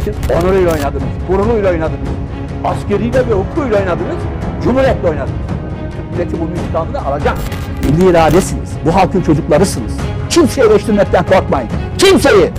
Milletin onuruyla oynadınız, gururuyla oynadınız. Askeriyle ve hukukuyla oynadınız, cumhuriyetle oynadınız. Milleti bunun intikamını alacak. Milli iradesiniz, bu halkın çocuklarısınız. Kimseyi eleştirmekten korkmayın, kimseyi!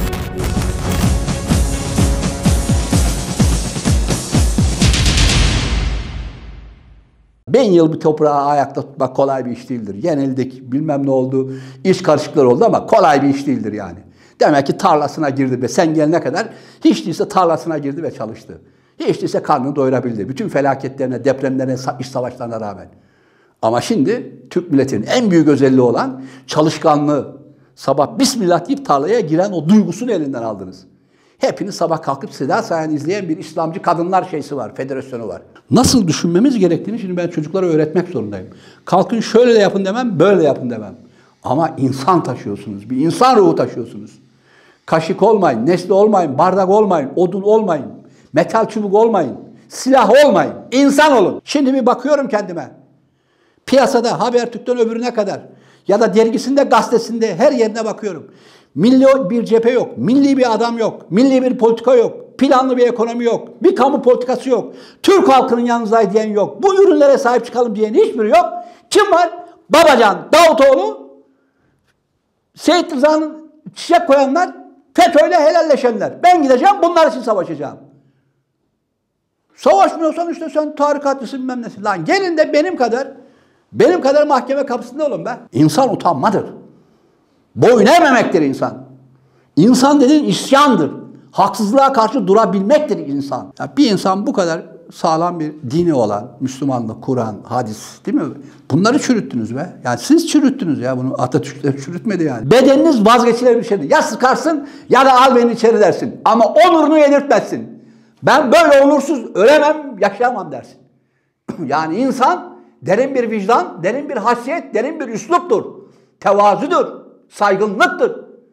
Bin yıl bir toprağı ayakta tutmak kolay bir iş değildir. Yenildik, bilmem ne oldu, iş karışıkları oldu ama kolay bir iş değildir yani. Demek ki tarlasına girdi ve sen gelene kadar hiç değilse tarlasına girdi ve çalıştı. Hiç değilse karnını doyurabildi. Bütün felaketlerine, depremlerine, iç savaşlarına rağmen. Ama şimdi Türk milletinin en büyük özelliği olan çalışkanlığı, sabah Bismillah deyip tarlaya giren o duygusunu elinden aldınız. Hepiniz sabah kalkıp Seda Sayan'ı izleyen bir İslamcı kadınlar şeysi var, federasyonu var. Nasıl düşünmemiz gerektiğini şimdi ben çocuklara öğretmek zorundayım. Kalkın şöyle de yapın demem, böyle de yapın demem. Ama insan taşıyorsunuz, bir insan ruhu taşıyorsunuz. Kaşık olmayın, nesne olmayın, bardak olmayın, odun olmayın, metal çubuk olmayın, silah olmayın, insan olun. Şimdi bir bakıyorum kendime. Piyasada Habertürk'ten öbürüne kadar ya da dergisinde, gazetesinde her yerine bakıyorum. Milli bir cephe yok, milli bir adam yok, milli bir politika yok, planlı bir ekonomi yok, bir kamu politikası yok, Türk halkının yanınızda diyen yok, bu ürünlere sahip çıkalım diyen hiçbiri yok. Kim var? Babacan, Davutoğlu, Seyit Rıza'nın çiçek koyanlar, FETÖ'yle helalleşenler. Ben gideceğim, bunlar için savaşacağım. Savaşmıyorsan işte sen tarikatçısın bilmem nesin. Lan gelin de benim kadar mahkeme kapısında olun be. İnsan utanmadır. Boyun eğmemektir insan. İnsan dediğin isyandır. Haksızlığa karşı durabilmektir insan. Ya bir insan bu kadar sağlam bir dini olan, Müslümanlık, Kur'an, hadis değil mi? Bunları çürüttünüz be. Yani siz çürüttünüz ya bunu. Atatürk'ler çürütmedi yani. Bedeniniz vazgeçilebilir bir şeydir. Ya sıkarsın ya da al beni içeri dersin. Ama onurunu yedirtmezsin. Ben böyle onursuz ölemem, yaşayamam dersin. Yani insan derin bir vicdan, derin bir haysiyet, derin bir üsluptur. Tevazudur, saygınlıktır.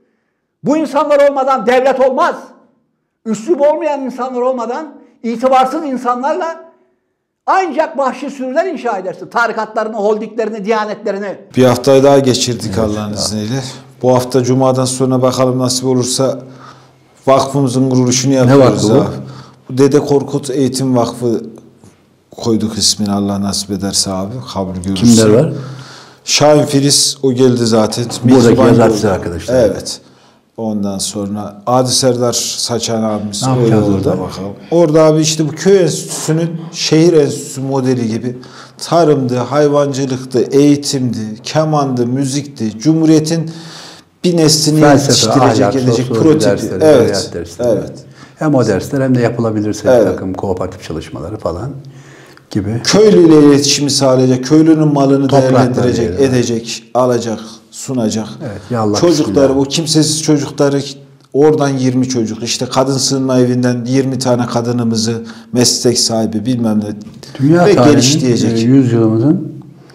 Bu insanlar olmadan devlet olmaz. Üslup olmayan insanlar olmadan itibarsız insanlarla ancak vahşi sürüler inşa edersin. Tarikatlarını, holdinglerini, diyanetlerini. Bir haftayı daha geçirdik evet, Allah'ın izniyle. Bu hafta Cuma'dan sonra bakalım nasip olursa vakfımızın kuruluşunu yapıyoruz. Ne vakfı bu? Dede Korkut Eğitim Vakfı koyduk ismini Allah nasip ederse abi. Kabul görürse. Kimler var? Şahin Filiz o geldi zaten. Buradaki yazarcı arkadaşlar. Evet. Ondan sonra Adi Serdar Saçan abimiz öyle orada bakalım. Orada abi işte bu köy enstitüsünün şehir enstitüsü modeli gibi tarımdı, hayvancılıktı, eğitimdi, kemandı, müzikti. Cumhuriyetin bir neslini yetiştirecek, gelecek prototipi. Evet. Evet. Hem o dersler hem de yapılabilirse evet, takım kooperatif çalışmaları falan gibi. Köylüyle iletişimi sağlayacak, köylünün malını değerlendirecek, edecek, alacak, sunacak. Evet, çocukları, o kimsesiz çocukları oradan 20 çocuk, işte kadın sığınma evinden 20 tane kadınımızı meslek sahibi bilmem ne. Dünya tarihinin yüzyılımızın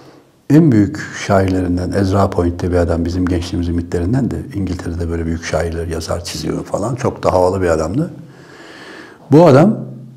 en büyük şairlerinden Ezra Point'te bir adam, bizim gençliğimiz ümitlerinden de, İngiltere'de böyle büyük şairler yazar, çiziyor falan. Çok da havalı bir adamdı. Bu adam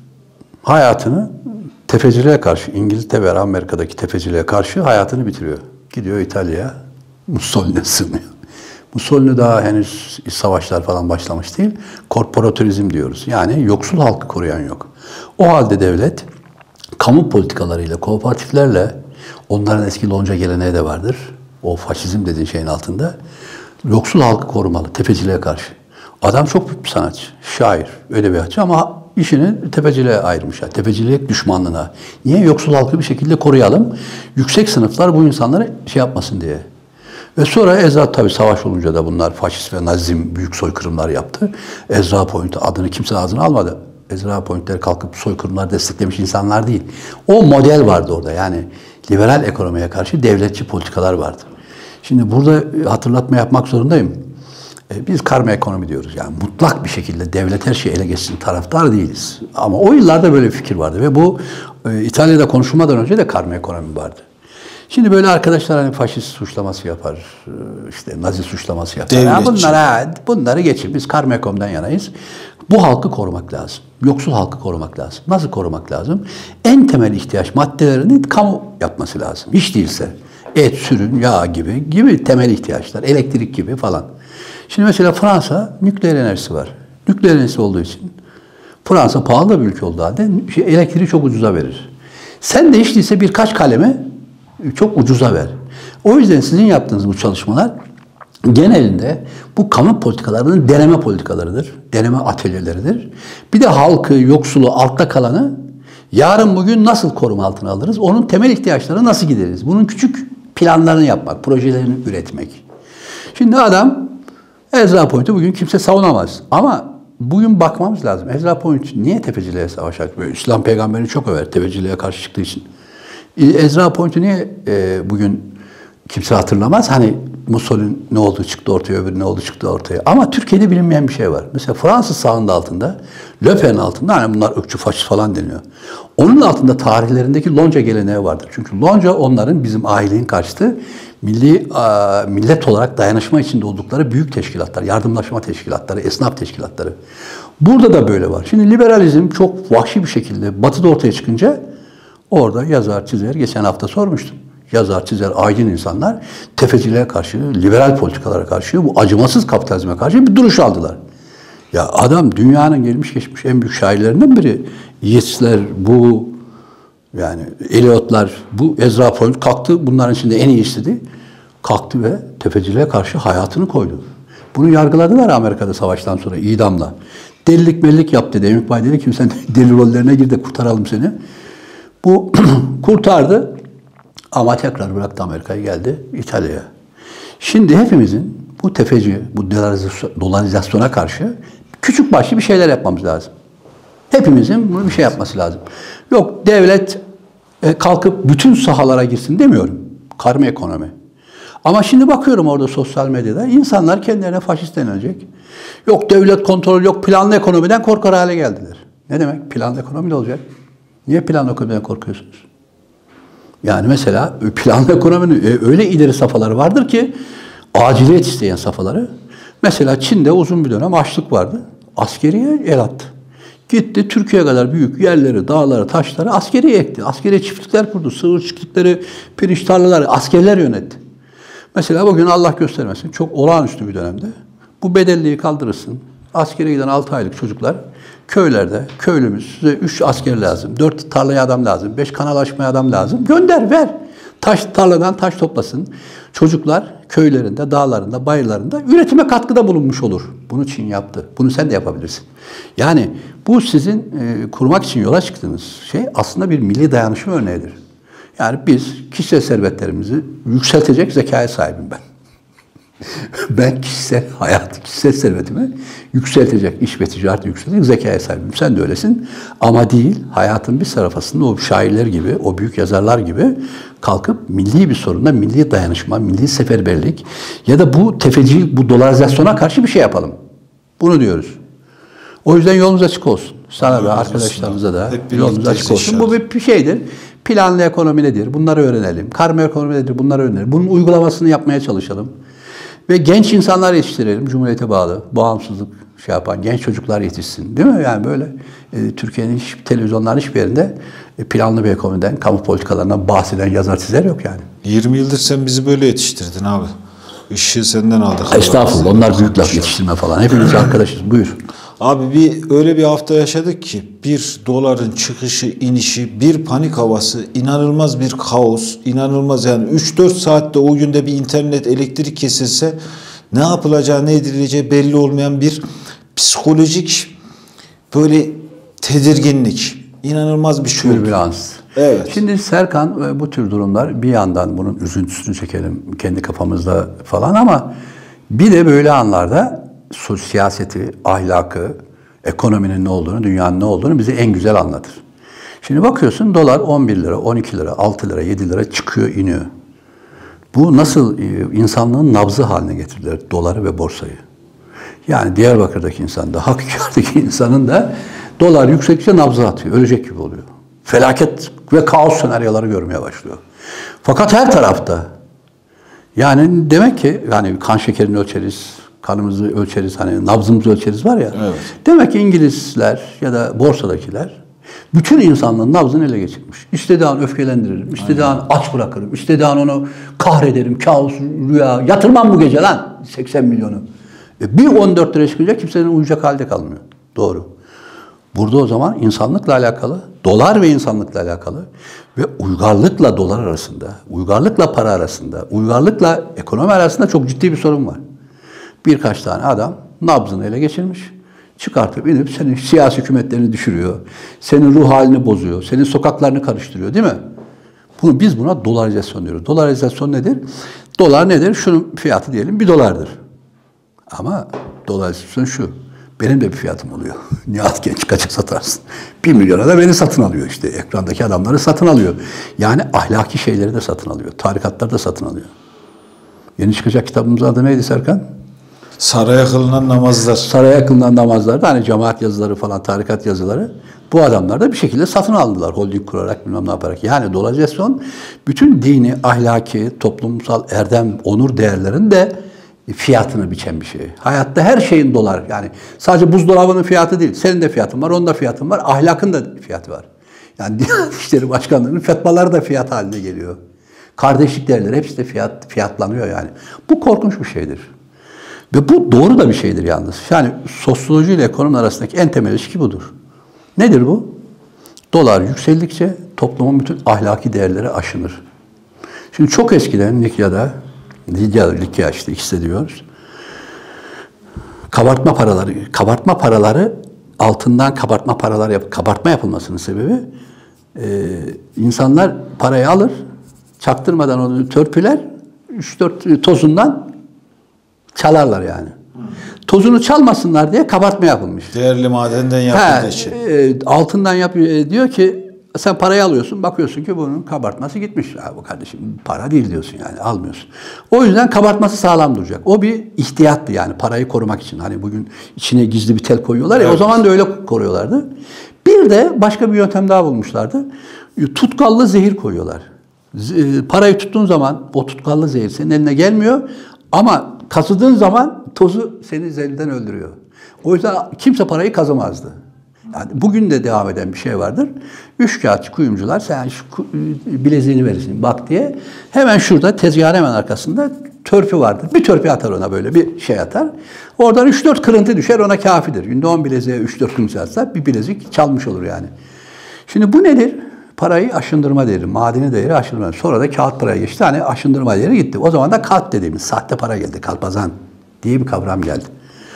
hayatını tefeciliğe karşı, İngiltere ve Amerika'daki tefeciliğe karşı hayatını bitiriyor. Gidiyor İtalya'ya, Mussolini'ye sığınıyor. Mussolini daha henüz savaşlar falan başlamış değil. Korporaturizm diyoruz. Yani yoksul halkı koruyan yok. O halde devlet kamu politikalarıyla, kooperatiflerle, onların eski Lonca geleneği de vardır. O faşizm dediğin şeyin altında. Yoksul halkı korumalı, tefeciliğe karşı. Adam çok büyük bir sanatçı, şair, edebiyatçı ama işini tefeciliğe ayırmış. Yani tefecilik düşmanlığına. Niye? Yoksul halkı bir şekilde koruyalım. Yüksek sınıflar bu insanları şey yapmasın diye. Ve sonra Ezra tabii savaş olunca da bunlar faşist ve nazizm büyük soykırımlar yaptı. Ezra Point adını kimse ağzına almadı. Ezra Point'ler kalkıp soykırımlar desteklemiş insanlar değil. O model vardı orada. Yani liberal ekonomiye karşı devletçi politikalar vardı. Şimdi burada hatırlatma yapmak zorundayım. Biz karma ekonomi diyoruz. Yani mutlak bir şekilde devlet her şeyi ele geçsin taraftar değiliz. Ama o yıllarda böyle bir fikir vardı ve bu İtalya'da konuşulmadan önce de karma ekonomi vardı. Şimdi böyle arkadaşlar hani faşist suçlaması yapar, işte nazi suçlaması yapar. Ya bunları geçin. Biz karma ekonomiden yanayız. Bu halkı korumak lazım. Yoksul halkı korumak lazım. Nasıl korumak lazım? En temel ihtiyaç maddelerini kamu yapması lazım. Hiç değilse et, sürün, yağ gibi temel ihtiyaçlar, elektrik gibi falan. Şimdi mesela Fransa nükleer enerjisi var. Nükleer enerjisi olduğu için Fransa pahalı da bir ülke olduğu halde elektriği çok ucuza verir. Sen de hiç değilse birkaç kalemi çok ucuza ver. O yüzden sizin yaptığınız bu çalışmalar genelinde bu kamu politikalarının deneme politikalarıdır. Deneme atölyeleridir. Bir de halkı, yoksulu, altta kalanı yarın bugün nasıl koruma altına alırız? Onun temel ihtiyaçlarını nasıl gideririz? Bunun küçük planlarını yapmak, projelerini üretmek. Şimdi adam Ezra Point'i bugün kimse savunamaz. Ama bugün bakmamız lazım. Ezra Point niye tefeciliğe savaş açtı? İslam peygamberini çok över tefeciliğe karşı çıktığı için. Ezra Point'i niye bugün kimse hatırlamaz? Hani Mussolini ne oldu çıktı ortaya, öbürü ne oldu çıktı ortaya. Ama Türkiye'de bilinmeyen bir şey var. Mesela Fransız sağında altında, Le Pen'in altında, hani bunlar ırkçı faşist falan deniyor. Onun altında tarihlerindeki Lonca geleneği vardır. Çünkü Lonca onların bizim ailenin karşıtı millet olarak dayanışma içinde oldukları büyük teşkilatlar, yardımlaşma teşkilatları, esnaf teşkilatları. Burada da böyle var. Şimdi liberalizm çok vahşi bir şekilde Batı'da ortaya çıkınca orada yazar, çizer, geçen hafta sormuştum. Yazar, çizer, aydın insanlar tefeciliğe karşı, liberal politikalara karşı, bu acımasız kapitalizme karşı bir duruş aldılar. Ya adam dünyanın gelmiş geçmiş en büyük şairlerinden biri. Yeats'ler, bu yani Eliot'lar, bu Ezra Pound kalktı, bunların içinde en iyisiydi. Kalktı ve tefeciliğe karşı hayatını koydu. Bunu yargıladılar Amerika'da savaştan sonra idamla. Delilik mellik yaptı dedi. Emik Bay dedi ki sen deli rollerine gir de kurtaralım seni. Bu kurtardı. Ama tekrar bıraktı Amerika'ya, geldi İtalya'ya. Şimdi hepimizin bu tefeci, bu dolarizasyona karşı küçük başlı bir şeyler yapmamız lazım. Hepimizin bunu bir şey yapması lazım. Yok devlet kalkıp bütün sahalara girsin demiyorum. Karma ekonomi. Ama şimdi bakıyorum orada sosyal medyada insanlar kendilerine faşist denilecek. Yok devlet kontrolü, yok planlı ekonomiden korkar hale geldiler. Ne demek? Planlı ekonomi de olacak. Niye planlı ekonomiden korkuyorsunuz? Yani mesela planlı ekonominin öyle ileri safhaları vardır ki aciliyet isteyen safhaları. Mesela Çin'de uzun bir dönem açlık vardı. Askeriye el attı. Gitti Türkiye kadar büyük yerleri, dağları, taşları askeriye ekti. Askeriye çiftlikler kurdu. Sığır çiftlikleri, pirinç tarlaları askerler yönetti. Mesela bugün Allah göstermesin çok olağanüstü bir dönemde bu bedelliği kaldırırsın. Askere giden 6 aylık çocuklar köylerde, köylümüz size 3 asker lazım, 4 tarlaya adam lazım, 5 kanal açmaya adam lazım. Gönder, ver. Tarladan taş toplasın. Çocuklar köylerinde, dağlarında, bayırlarında üretime katkıda bulunmuş olur. Bunu Çin yaptı. Bunu sen de yapabilirsin. Yani bu sizin kurmak için yola çıktığınız şey aslında bir milli dayanışma örneğidir. Yani biz kişisel servetlerimizi yükseltecek zekaya sahibim ben. Ben kişisel hayatı, kişisel servetimi yükseltecek, iş ve ticareti yükseltecek zekaya sahibim. Sen de öylesin. Ama değil, hayatın bir safhasında o şairler gibi, o büyük yazarlar gibi kalkıp milli bir sorunda milli dayanışma, milli seferberlik ya da bu tefecilik, bu dolarizasyona karşı bir şey yapalım. Bunu diyoruz. O yüzden yolunuz açık olsun. Sana da, arkadaşlarımıza da yolunuz açık olsun. Bu bir şeydir. Planlı ekonomi nedir? Bunları öğrenelim. Karma ekonomi nedir? Bunları öğrenelim. Bunun uygulamasını yapmaya çalışalım. Ve genç insanlar yetiştirelim. Cumhuriyete bağlı, bağımsızlık yapan genç çocuklar yetişsin. Değil mi? Yani böyle Türkiye'nin televizyonların hiçbir yerinde planlı bir ekonomiden, kamu politikalarından bahseden yazar çizer yok yani. 20 yıldır sen bizi böyle yetiştirdin abi. Işığı senden aldık. Estağfurullah. Onlar büyük laf, yetiştirme falan. Hepimiz arkadaşız. Buyur. Abi öyle bir hafta yaşadık ki bir doların çıkışı, inişi, bir panik havası, inanılmaz bir kaos, inanılmaz yani 3-4 saatte o günde bir internet, elektrik kesilse ne yapılacağı, ne edileceği belli olmayan bir psikolojik böyle tedirginlik. İnanılmaz bir şey. Türbülans. Evet. Şimdi Serkan, bu tür durumlar bir yandan bunun üzüntüsünü çekelim kendi kafamızda falan ama bir de böyle anlarda siyaseti, ahlakı, ekonominin ne olduğunu, dünyanın ne olduğunu bize en güzel anlatır. Şimdi bakıyorsun dolar 11 lira, 12 lira, 6 lira, 7 lira çıkıyor, iniyor. Bu nasıl insanlığın nabzı haline getirdiler doları ve borsayı. Yani Diyarbakır'daki insan da, Hakkari'deki insanın da dolar yüksekçe nabzı atıyor, ölecek gibi oluyor. Felaket ve kaos senaryoları görmeye başlıyor. Fakat her tarafta yani demek ki yani kan şekerini ölçeriz, kanımızı ölçeriz, hani nabzımızı ölçeriz var ya. Evet. Demek ki İngilizler ya da borsadakiler bütün insanlığın nabzını ele geçirmiş. İstediği an öfkelendiririm, istediği an aç bırakırım, istediği an onu kahrederim, kabus, rüya, yatırmam bu gece lan 80 milyonu. Bir 14 lira çıkınca kimsenin uyuyacak halde kalmıyor. Doğru. Burada o zaman insanlıkla alakalı, dolar ve insanlıkla alakalı ve uygarlıkla dolar arasında, uygarlıkla para arasında, uygarlıkla ekonomi arasında çok ciddi bir sorun var. Birkaç tane adam nabzını ele geçirmiş, çıkartıp inip senin siyasi hükümetlerini düşürüyor, senin ruh halini bozuyor, senin sokaklarını karıştırıyor, değil mi? Biz buna dolarizasyon diyoruz. Dolarizasyon nedir? Dolar nedir? Şunun fiyatı diyelim 1 dolardır. Ama dolarizasyon şu. Benim de bir fiyatım oluyor. Nihat Genç kaça satarsın? 1 milyona da beni satın alıyor işte. Ekrandaki adamları satın alıyor. Yani ahlaki şeyleri de satın alıyor. Tarikatları da satın alıyor. Yeni çıkacak kitabımızın adı neydi Serkan? Saraya kılınan namazlar. Saraya kılınan namazlar da hani cemaat yazıları falan, tarikat yazıları. Bu adamlar da bir şekilde satın aldılar. Holding kurarak bilmem ne yaparak. Yani dolarizasyon bütün dini, ahlaki, toplumsal erdem, onur değerlerin de fiyatını biçen bir şey. Hayatta her şeyin dolar. Yani sadece buzdolabının fiyatı değil. Senin de fiyatın var, onun da fiyatın var. Ahlakın da fiyatı var. Yani Diyanet İşleri Başkanlığı'nın fetvaları da fiyat haline geliyor. Kardeşlik değerleri hepsi de fiyatlanıyor yani. Bu korkunç bir şeydir. Ve bu doğru da bir şeydir yalnız. Yani sosyoloji ile ekonomi arasındaki en temel ilişki budur. Nedir bu? Dolar yükseldikçe toplumun bütün ahlaki değerleri aşınır. Şimdi çok eskiden Likya işte ikisi de diyoruz. Kabartma paraları altından kabartma yapılmasının sebebi insanlar parayı alır, çaktırmadan onu törpüler, 3-4 tozundan çalarlar yani. Tozunu çalmasınlar diye kabartma yapılmış. Değerli madenden yapıldığı için. Altından yapıyor. Diyor ki sen parayı alıyorsun, bakıyorsun ki bunun kabartması gitmiş. Bu kardeşim para değil diyorsun yani, almıyorsun. O yüzden kabartması sağlam duracak. O bir ihtiyattı yani parayı korumak için. Hani bugün içine gizli bir tel koyuyorlar ya, evet. O zaman da öyle koruyorlardı. Bir de başka bir yöntem daha bulmuşlardı. Tutkallı zehir koyuyorlar. Parayı tuttuğun zaman o tutkallı zehir senin eline gelmiyor ama kazıdığın zaman tozu seni zehirden öldürüyor. O yüzden kimse parayı kazamazdı. Yani bugün de devam eden bir şey vardır. Üçkağıtçı kuyumcular sen şu bileziğini verirsin bak diye. Hemen şurada tezgahın hemen arkasında törpü vardır. Bir törpü atar ona böyle bir şey atar. Oradan 3-4 kırıntı düşer ona kafidir. Günde 10 bileziğe 3-4 kırıntı atsa bir bilezik çalmış olur yani. Şimdi bu nedir? Parayı aşındırma değeri, madeni değeri aşındırma. Sonra da kağıt paraya geçti. Hani aşındırma değeri gitti. O zaman da kağıt dediğimiz sahte para geldi. Kalpazan diye bir kavram geldi.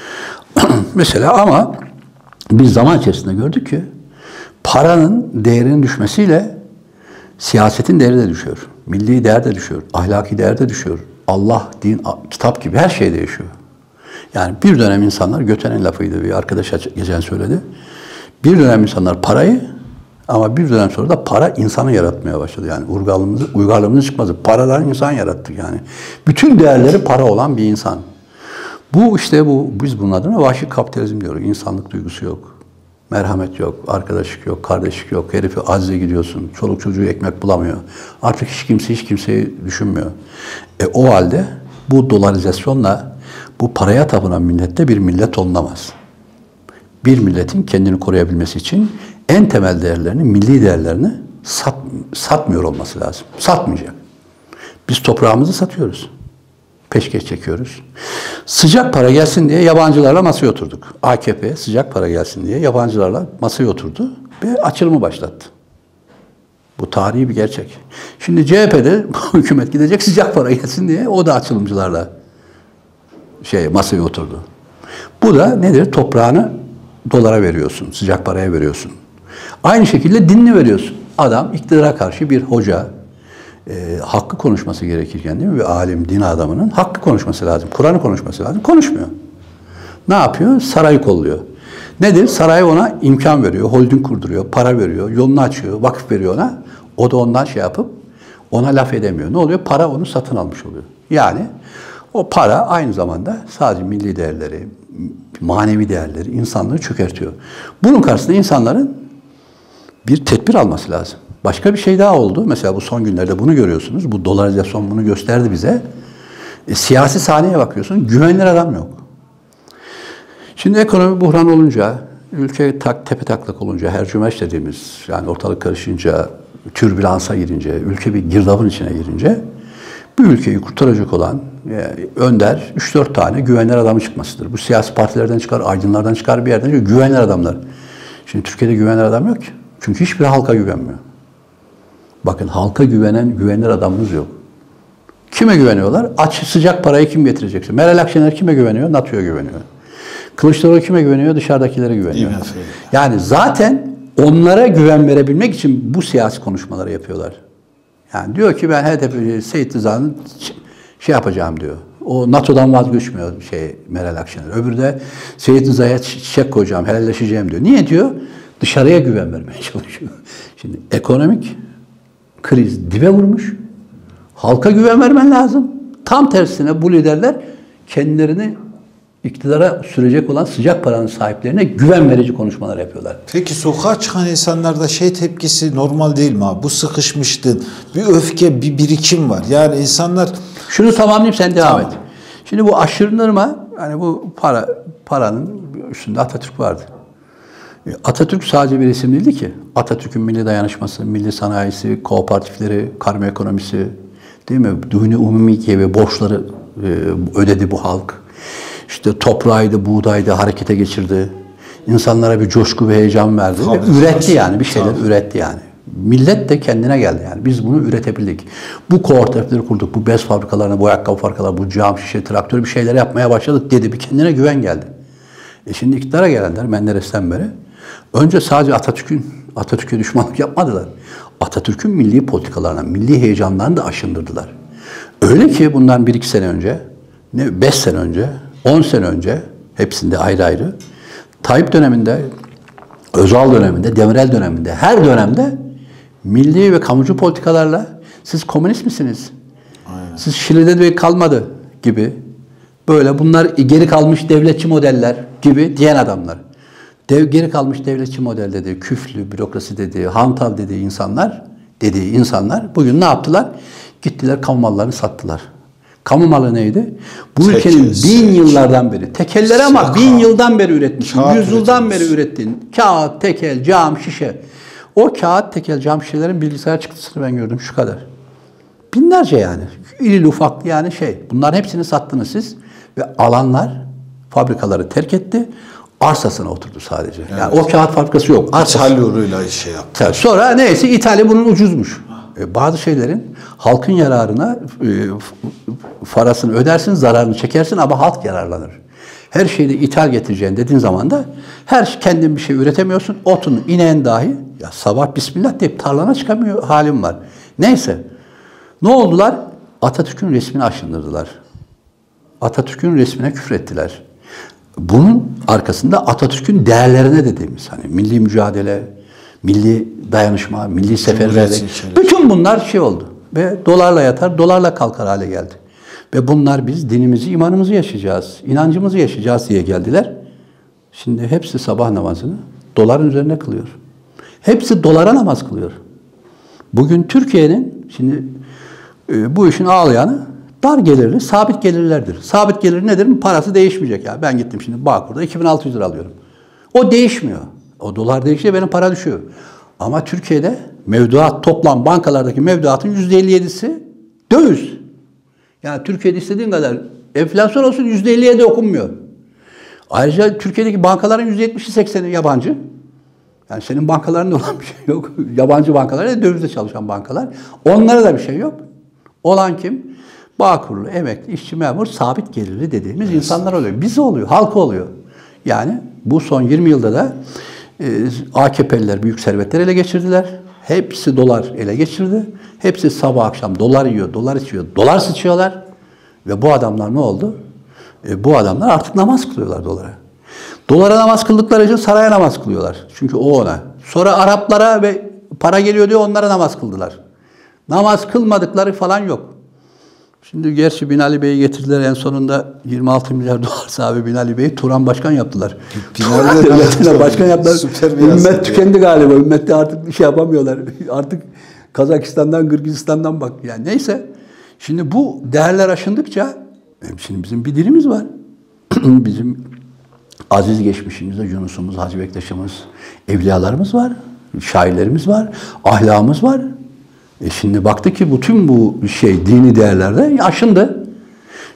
Mesela ama biz zaman içerisinde gördük ki paranın değerinin düşmesiyle siyasetin değeri de düşüyor. Milli değer de düşüyor. Ahlaki değer de düşüyor. Allah, din, kitap gibi her şey değişiyor. Yani bir dönem insanlar, Göte'nin lafıydı bir arkadaş geçen söyledi. Bir dönem insanlar parayı ama bir dönem sonra da para insanı yaratmaya başladı. Yani uygarlığımızın çıkması. Paradan insan yarattık yani. Bütün değerleri para olan bir insan. Biz bunun adına vahşi kapitalizm diyoruz. İnsanlık duygusu yok. Merhamet yok, arkadaşlık yok, kardeşlik yok. Herifi acize gidiyorsun. Çoluk çocuğu ekmek bulamıyor. Artık hiç kimseyi düşünmüyor. O halde bu dolarizasyonla bu paraya tapınan millette bir millet olunamaz. Bir milletin kendini koruyabilmesi için en temel değerlerini, milli değerlerini satmıyor olması lazım. Satmayacak. Biz toprağımızı satıyoruz. Peşkeş çekiyoruz. Sıcak para gelsin diye yabancılarla masaya oturduk. AKP sıcak para gelsin diye yabancılarla masaya oturdu ve açılımı başlattı. Bu tarihi bir gerçek. Şimdi CHP'de hükümet gidecek sıcak para gelsin diye o da açılımcılarla masaya oturdu. Bu da nedir? Toprağını dolara veriyorsun, sıcak paraya veriyorsun. Aynı şekilde dinini veriyorsun. Adam iktidara karşı bir hoca, hakkı konuşması gerekirken değil mi? Bir alim, din adamının hakkı konuşması lazım. Kur'an'ı konuşması lazım. Konuşmuyor. Ne yapıyor? Sarayı kolluyor. Nedir? Saray ona imkan veriyor, holding kurduruyor, para veriyor, yolunu açıyor, vakıf veriyor ona. O da ondan yapıp ona laf edemiyor. Ne oluyor? Para onu satın almış oluyor. Yani o para aynı zamanda sadece milli değerleri, manevi değerleri, insanlığı çökertiyor. Bunun karşısında insanların bir tedbir alması lazım. Başka bir şey daha oldu. Mesela bu son günlerde bunu görüyorsunuz. Bu dolarizasyon bunu gösterdi bize. Siyasi sahneye bakıyorsun. Güvenilir adam yok. Şimdi ekonomi buhran olunca, ülke tepe taklak olunca, hercümeş dediğimiz yani ortalık karışınca, türbülansa girince, ülke bir girdabın içine girince bu ülkeyi kurtaracak olan önder 3-4 tane güvenilir adamı çıkmasıdır. Bu siyasi partilerden çıkar, aydınlardan çıkar bir yerden çıkar. Güvenilir adamlar. Şimdi Türkiye'de güvenilir adam yok ki. Çünkü hiçbir halka güvenmiyor. Bakın halka güvenilir adamımız yok. Kime güveniyorlar? Aç sıcak parayı kim getirecekse. Meral Akşener kime güveniyor? NATO'ya güveniyor. Kılıçdaroğlu kime güveniyor? Dışarıdakilere güveniyor. Yani zaten onlara güven verebilmek için bu siyasi konuşmaları yapıyorlar. Yani diyor ki ben HDP Seyit Rıza'nın şey yapacağım diyor. O NATO'dan vazgeçmiyor Meral Akşener. Öbürü de Seyit Rıza'ya çiçek koyacağım, helalleşeceğim diyor. Niye diyor? Dışarıya güven vermeye çalışıyor. Şimdi ekonomik kriz dibe vurmuş. Halka güven vermen lazım. Tam tersine bu liderler kendilerini iktidara sürecek olan sıcak paranın sahiplerine güven verici konuşmalar yapıyorlar. Peki sokağa çıkan insanlarda tepkisi normal değil mi abi? Bu sıkışmıştın. Bir öfke, bir birikim var. Yani insanlar... Şunu tamamlayayım sen devam et. Şimdi bu aşırınırma, hani bu paranın üstünde Atatürk vardı. Atatürk sadece bir isim değildi ki. Atatürk'ün milli dayanışması, milli sanayisi, kooperatifleri, karma ekonomisi, değil mi? Duni umumi gibi borçları ödedi bu halk. İşte toprağıydı, buğdaydı, harekete geçirdi. İnsanlara bir coşku ve heyecan verdi. Ve üretti yani, bir şeyler üretti yani. Millet de kendine geldi yani. Biz bunu üretebildik. Bu kooperatifleri kurduk, bu bez fabrikalarına, bu ayakkabı fabrikalarına, bu cam, şişe, traktör bir şeyler yapmaya başladık dedi. Bir kendine güven geldi. Şimdi iktidara gelenler Menderes'ten beri önce sadece Atatürk'e düşmanlık yapmadılar. Atatürk'ün milli politikalarına, milli heyecanlarını da aşındırdılar. Öyle ki bundan 1-2 sene önce, 5 sene önce, 10 sene önce, hepsinde ayrı ayrı, Tayyip döneminde, Özal döneminde, Demirel döneminde, her dönemde milli ve kamucu politikalarla siz komünist misiniz? Aynen. Siz Şili'de de kalmadı gibi, böyle bunlar geri kalmış devletçi modeller gibi diyen adamlar. Geri kalmış devletçi model dedi, küflü, bürokrasi dedi, hantal dediği insanlar bugün ne yaptılar? Gittiler kamu mallarını sattılar. Kamu malı neydi? Bu ülkenin 1000 yıllardan beri, tekelleri ama 1000 yıldan beri üretmişsin, 100 yıldan beri ürettiğin kağıt, tekel, cam, şişe. O kağıt, tekel, cam şişelerin bilgisayar çıktısını ben gördüm şu kadar. Binlerce yani. İrili ufaklı yani Bunların hepsini sattınız siz ve alanlar fabrikaları terk etti. Arsasına oturdu sadece. Evet. Yani o kağıt fabrikası yok. İthal yoluyla yaptı. Sonra neyse ithali bunun ucuzmuş. Bazı şeylerin halkın yararına parasını ödersin, zararını çekersin ama halk yararlanır. Her şeyde ithal getireceğin dediğin zaman da kendin bir şey üretemiyorsun. Otun, ineğin dahi ya sabah bismillah deyip tarlana çıkamıyor halim var. Neyse. Ne oldular? Atatürk'ün resmini aşındırdılar. Atatürk'ün resmine küfrettiler. Bunun arkasında Atatürk'ün değerlerine dediğimiz milli mücadele, milli dayanışma, milli seferberlik. Bütün bunlar oldu. Ve dolarla yatar, dolarla kalkar hale geldi. Ve bunlar biz dinimizi, imanımızı yaşayacağız, inancımızı yaşayacağız diye geldiler. Şimdi hepsi sabah namazını doların üzerine kılıyor. Hepsi dolara namaz kılıyor. Bugün Türkiye'nin bu işin ağlayanı dar gelirli, sabit gelirlerdir. Sabit gelir nedir? Parası değişmeyecek ya. Ben gittim şimdi Bağkur'da 2600 lira alıyorum. O değişmiyor. O dolar değişiyor, benim para düşüyor. Ama Türkiye'de toplam bankalardaki mevduatın %57'si döviz. Yani Türkiye'de istediğin kadar enflasyon olsun %57 okunmuyor. Ayrıca Türkiye'deki bankaların %70'i 80'i yabancı. Yani senin bankalarında olan bir şey yok. Yabancı bankalar, dövizle çalışan bankalar. Onlara da bir şey yok. Olan kim? Bağkurlu, emekli, işçi, memur, sabit gelirli dediğimiz insanlar oluyor. Bize oluyor, halka oluyor. Yani bu son 20 yılda da AKP'liler büyük servetler ele geçirdiler. Hepsi dolar ele geçirdi. Hepsi sabah akşam dolar yiyor, dolar içiyor, dolar sıçıyorlar. Ve bu adamlar ne oldu? Bu adamlar artık namaz kılıyorlar dolara. Dolara namaz kıldıkları için saraya namaz kılıyorlar. Çünkü o ona. Sonra Araplara ve para geliyor diye onlara namaz kıldılar. Namaz kılmadıkları falan yok. Şimdi gerçi Binali Bey'i getirdiler en sonunda 26 milyar dolar sahibi Binali Bey'i Turan Başkan yaptılar. Binali Başkan yaptılar. Ümmet tükendi galiba. Ümmette artık yapamıyorlar. Artık Kazakistan'dan, Kırgızistan'dan bak. Yani neyse. Şimdi bu değerler aşındıkça şimdi bizim bir dilimiz var. Bizim aziz geçmişimizde Yunus'umuz, Hacı Bektaş'ımız, evliyalarımız var. Şairlerimiz var. Ahlakımız var. Şimdi baktık ki bütün bu dini değerlerde aşındı.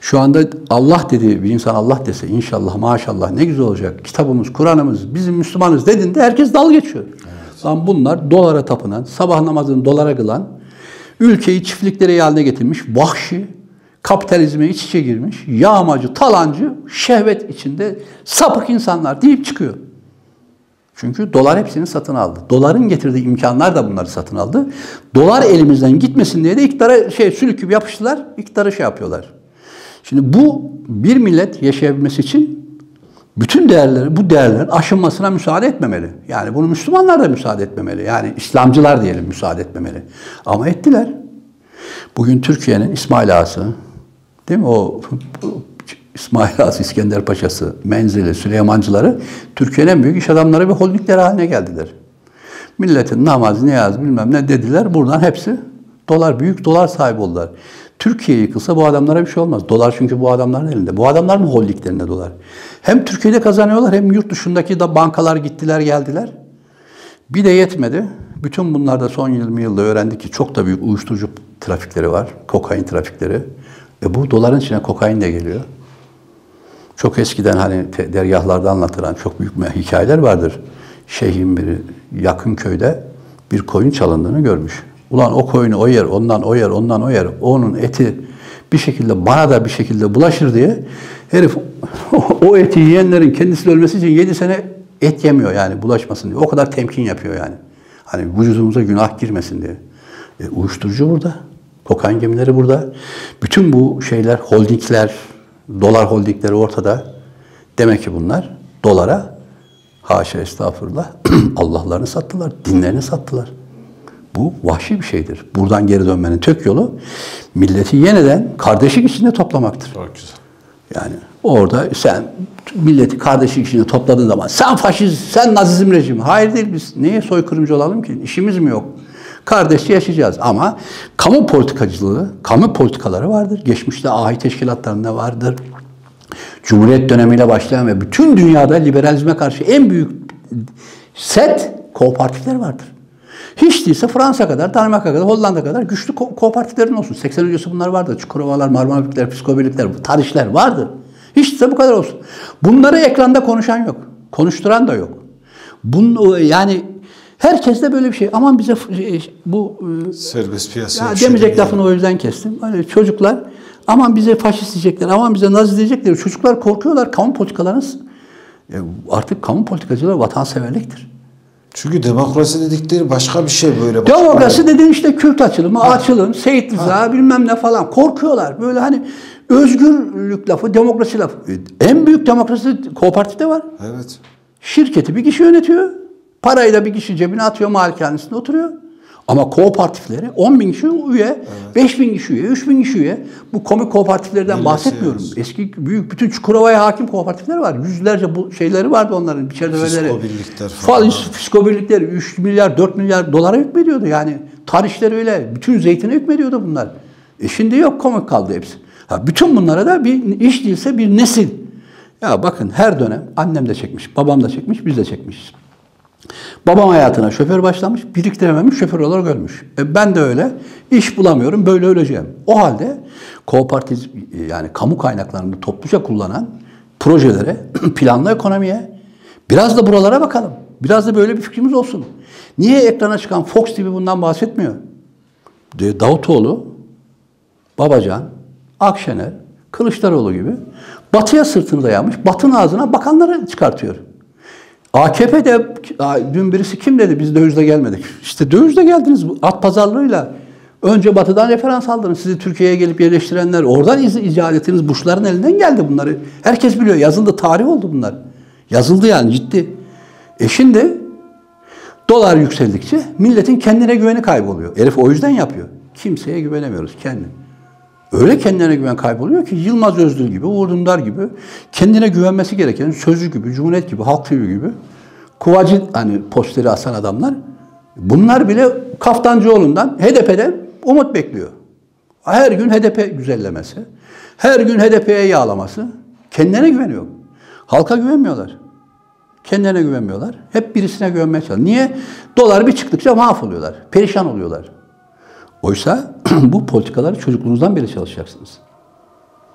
Şu anda Allah dediği bir insan Allah dese inşallah maşallah ne güzel olacak. Kitabımız, Kur'an'ımız, bizim Müslümanız dediğinde herkes dalga geçiyor. Evet. Lan bunlar dolara tapınan, sabah namazını dolara kılan, ülkeyi çiftliklere haline getirmiş, vahşi, kapitalizme iç içe girmiş, yağmacı, talancı, şehvet içinde sapık insanlar deyip çıkıyor. Çünkü dolar hepsini satın aldı. Doların getirdiği imkanlar da bunları satın aldı. Dolar elimizden gitmesin diye de iktidara sülük gibi yapıştılar, iktidarı yapıyorlar. Şimdi bu bir millet yaşayabilmesi için bütün bu değerlerin aşınmasına müsaade etmemeli. Yani bunu Müslümanlar da müsaade etmemeli. Yani İslamcılar diyelim müsaade etmemeli. Ama ettiler. Bugün Türkiye'nin İsmail Ağası, değil mi? O İsmail Ağası, İskender Paşa'sı, Menzili, Süleymancıları Türkiye'nin en büyük iş adamları ve holdingleri haline geldiler. Milletin namaz, niyaz bilmem ne dediler. Buradan hepsi büyük dolar sahibi oldular. Türkiye yıkılsa bu adamlara bir şey olmaz. Dolar çünkü bu adamların elinde. Bu adamların holdinglerinde dolar. Hem Türkiye'de kazanıyorlar hem yurt dışındaki de bankalar gittiler geldiler. Bir de yetmedi. Bütün bunlarda son 20 yılda öğrendik ki çok da büyük uyuşturucu trafikleri var. Kokain trafikleri. Bu doların içine kokain de geliyor. Çok eskiden hani dergahlarda anlatılan çok büyük hikayeler vardır. Şeyhin biri yakın köyde bir koyun çalındığını görmüş. Ulan o koyunu o yer, ondan o yer, ondan o yer. Onun eti bir şekilde bana da bir şekilde bulaşır diye herif o eti yiyenlerin kendisinin ölmesi için 7 sene et yemiyor yani bulaşmasın diye. O kadar temkin yapıyor yani. Hani vücudumuza günah girmesin diye. Uyuşturucu burada. Kokain gemileri burada. Bütün bu şeyler, holdingler, dolar holdingleri ortada. Demek ki bunlar dolara, haşa estağfurullah, Allah'larını sattılar, dinlerini sattılar. Bu vahşi bir şeydir. Buradan geri dönmenin tek yolu milleti yeniden kardeşlik içinde toplamaktır. Çok güzel. Yani orada sen milleti kardeşlik içinde topladığın zaman sen faşist, sen nazizm rejimi. Hayır değil, biz niye soykırımcı olalım ki? İşimiz mi yok? Kardeşçe yaşayacağız ama kamu politikacılığı, kamu politikaları vardır. Geçmişte ahi teşkilatlarında vardır. Cumhuriyet dönemiyle başlayan ve bütün dünyada liberalizme karşı en büyük set kooperatifler vardır. Hiç değilse Fransa kadar, Danimarka kadar, Hollanda kadar güçlü kooperatiflerin olsun. 80 öncesi bunlar vardı. Çukurovalar, Marmarabikler, Psikobirlikler, tarihler vardı. Hiç değilse bu kadar olsun. Bunları ekranda konuşan yok. Konuşturan da yok. Yani herkes de böyle bir şey. Aman bize bu serbest piyasa. Ya demeyecek lafını o yüzden kestim. Hani çocuklar aman bize faşist diyecekler, aman bize nazi diyecekler. Çocuklar korkuyorlar. Kamu politikalarınız artık kamu politikacılığı vatanseverliktir. Çünkü demokrasi dedikleri başka bir şey böyle. Demokrasi dediğin işte Kürt açılımı, açılım, Seyit Rıza bilmem ne falan. Korkuyorlar. Böyle hani özgürlük lafı, demokrasi lafı. En büyük demokrasi kooperatifte var. Evet. Şirketi bir kişi yönetiyor. Parayı da bir kişi cebine atıyor, malikanesinde oturuyor. Ama kooperatifleri 10.000 kişi üye, evet. 5.000 kişi üye, 3.000 kişi üye. Bu komik kooperatiflerden bahsetmiyorum. Eski büyük bütün Çukurova'ya hakim kooperatifler var. Yüzlerce bu şeyleri vardı onların. Çerçeveleri. Fiskobirlikler falan. Fiskobirlikler 3 milyar, 4 milyar dolara hükmediyordu. Yani tarihleri öyle. Bütün zeytine hükmediyordu bunlar. Şimdi yok, komik kaldı hepsi. Bütün bunlara da bir iş değilse bir nesil. Ya bakın her dönem annem de çekmiş, babam da çekmiş, biz de çekmişiz. Babam hayatına şoför başlamış, biriktirememiş, şoför olarak ölmüş. Ben de öyle, iş bulamıyorum, böyle öleceğim. O halde kooperatif, yani kamu kaynaklarını topluca kullanan projelere, planlı ekonomiye, biraz da buralara bakalım. Biraz da böyle bir fikrimiz olsun. Niye ekrana çıkan Fox TV bundan bahsetmiyor? Davutoğlu, Babacan, Akşener, Kılıçdaroğlu gibi Batı'ya sırtını dayamış, Batı'nın ağzına bakanları çıkartıyor. AKP'de dün birisi kim dedi biz dövizle gelmedik. İşte dövizle geldiniz at pazarlığıyla. Önce Batı'dan referans aldınız. Sizi Türkiye'ye gelip yerleştirenler. Oradan icat ettiğiniz Bush'ların elinden geldi bunları. Herkes biliyor. Yazıldı, tarih oldu bunlar. Yazıldı yani ciddi. Şimdi dolar yükseldikçe milletin kendine güveni kayboluyor. Herif o yüzden yapıyor. Kimseye güvenemiyoruz kendine. Öyle kendine güven kayboluyor ki Yılmaz Özdil gibi, Uğur Dündar gibi kendine güvenmesi gereken Sözcü gibi, Cumhuriyet gibi, Halk TV gibi kuvacı hani posteri asan adamlar bunlar bile Kaftancıoğlu'ndan, HDP'den umut bekliyor. Her gün HDP güzellemesi, her gün HDP'ye yağlaması. Kendine güveniyor. Halka güvenmiyorlar. Kendilerine güvenmiyorlar. Hep birisine güvenmeye çalışıyorlar. Niye? Dolar bir çıktıkça mahvoluyorlar. Perişan oluyorlar. Oysa bu politikaları çocukluğunuzdan beri çalışacaksınız.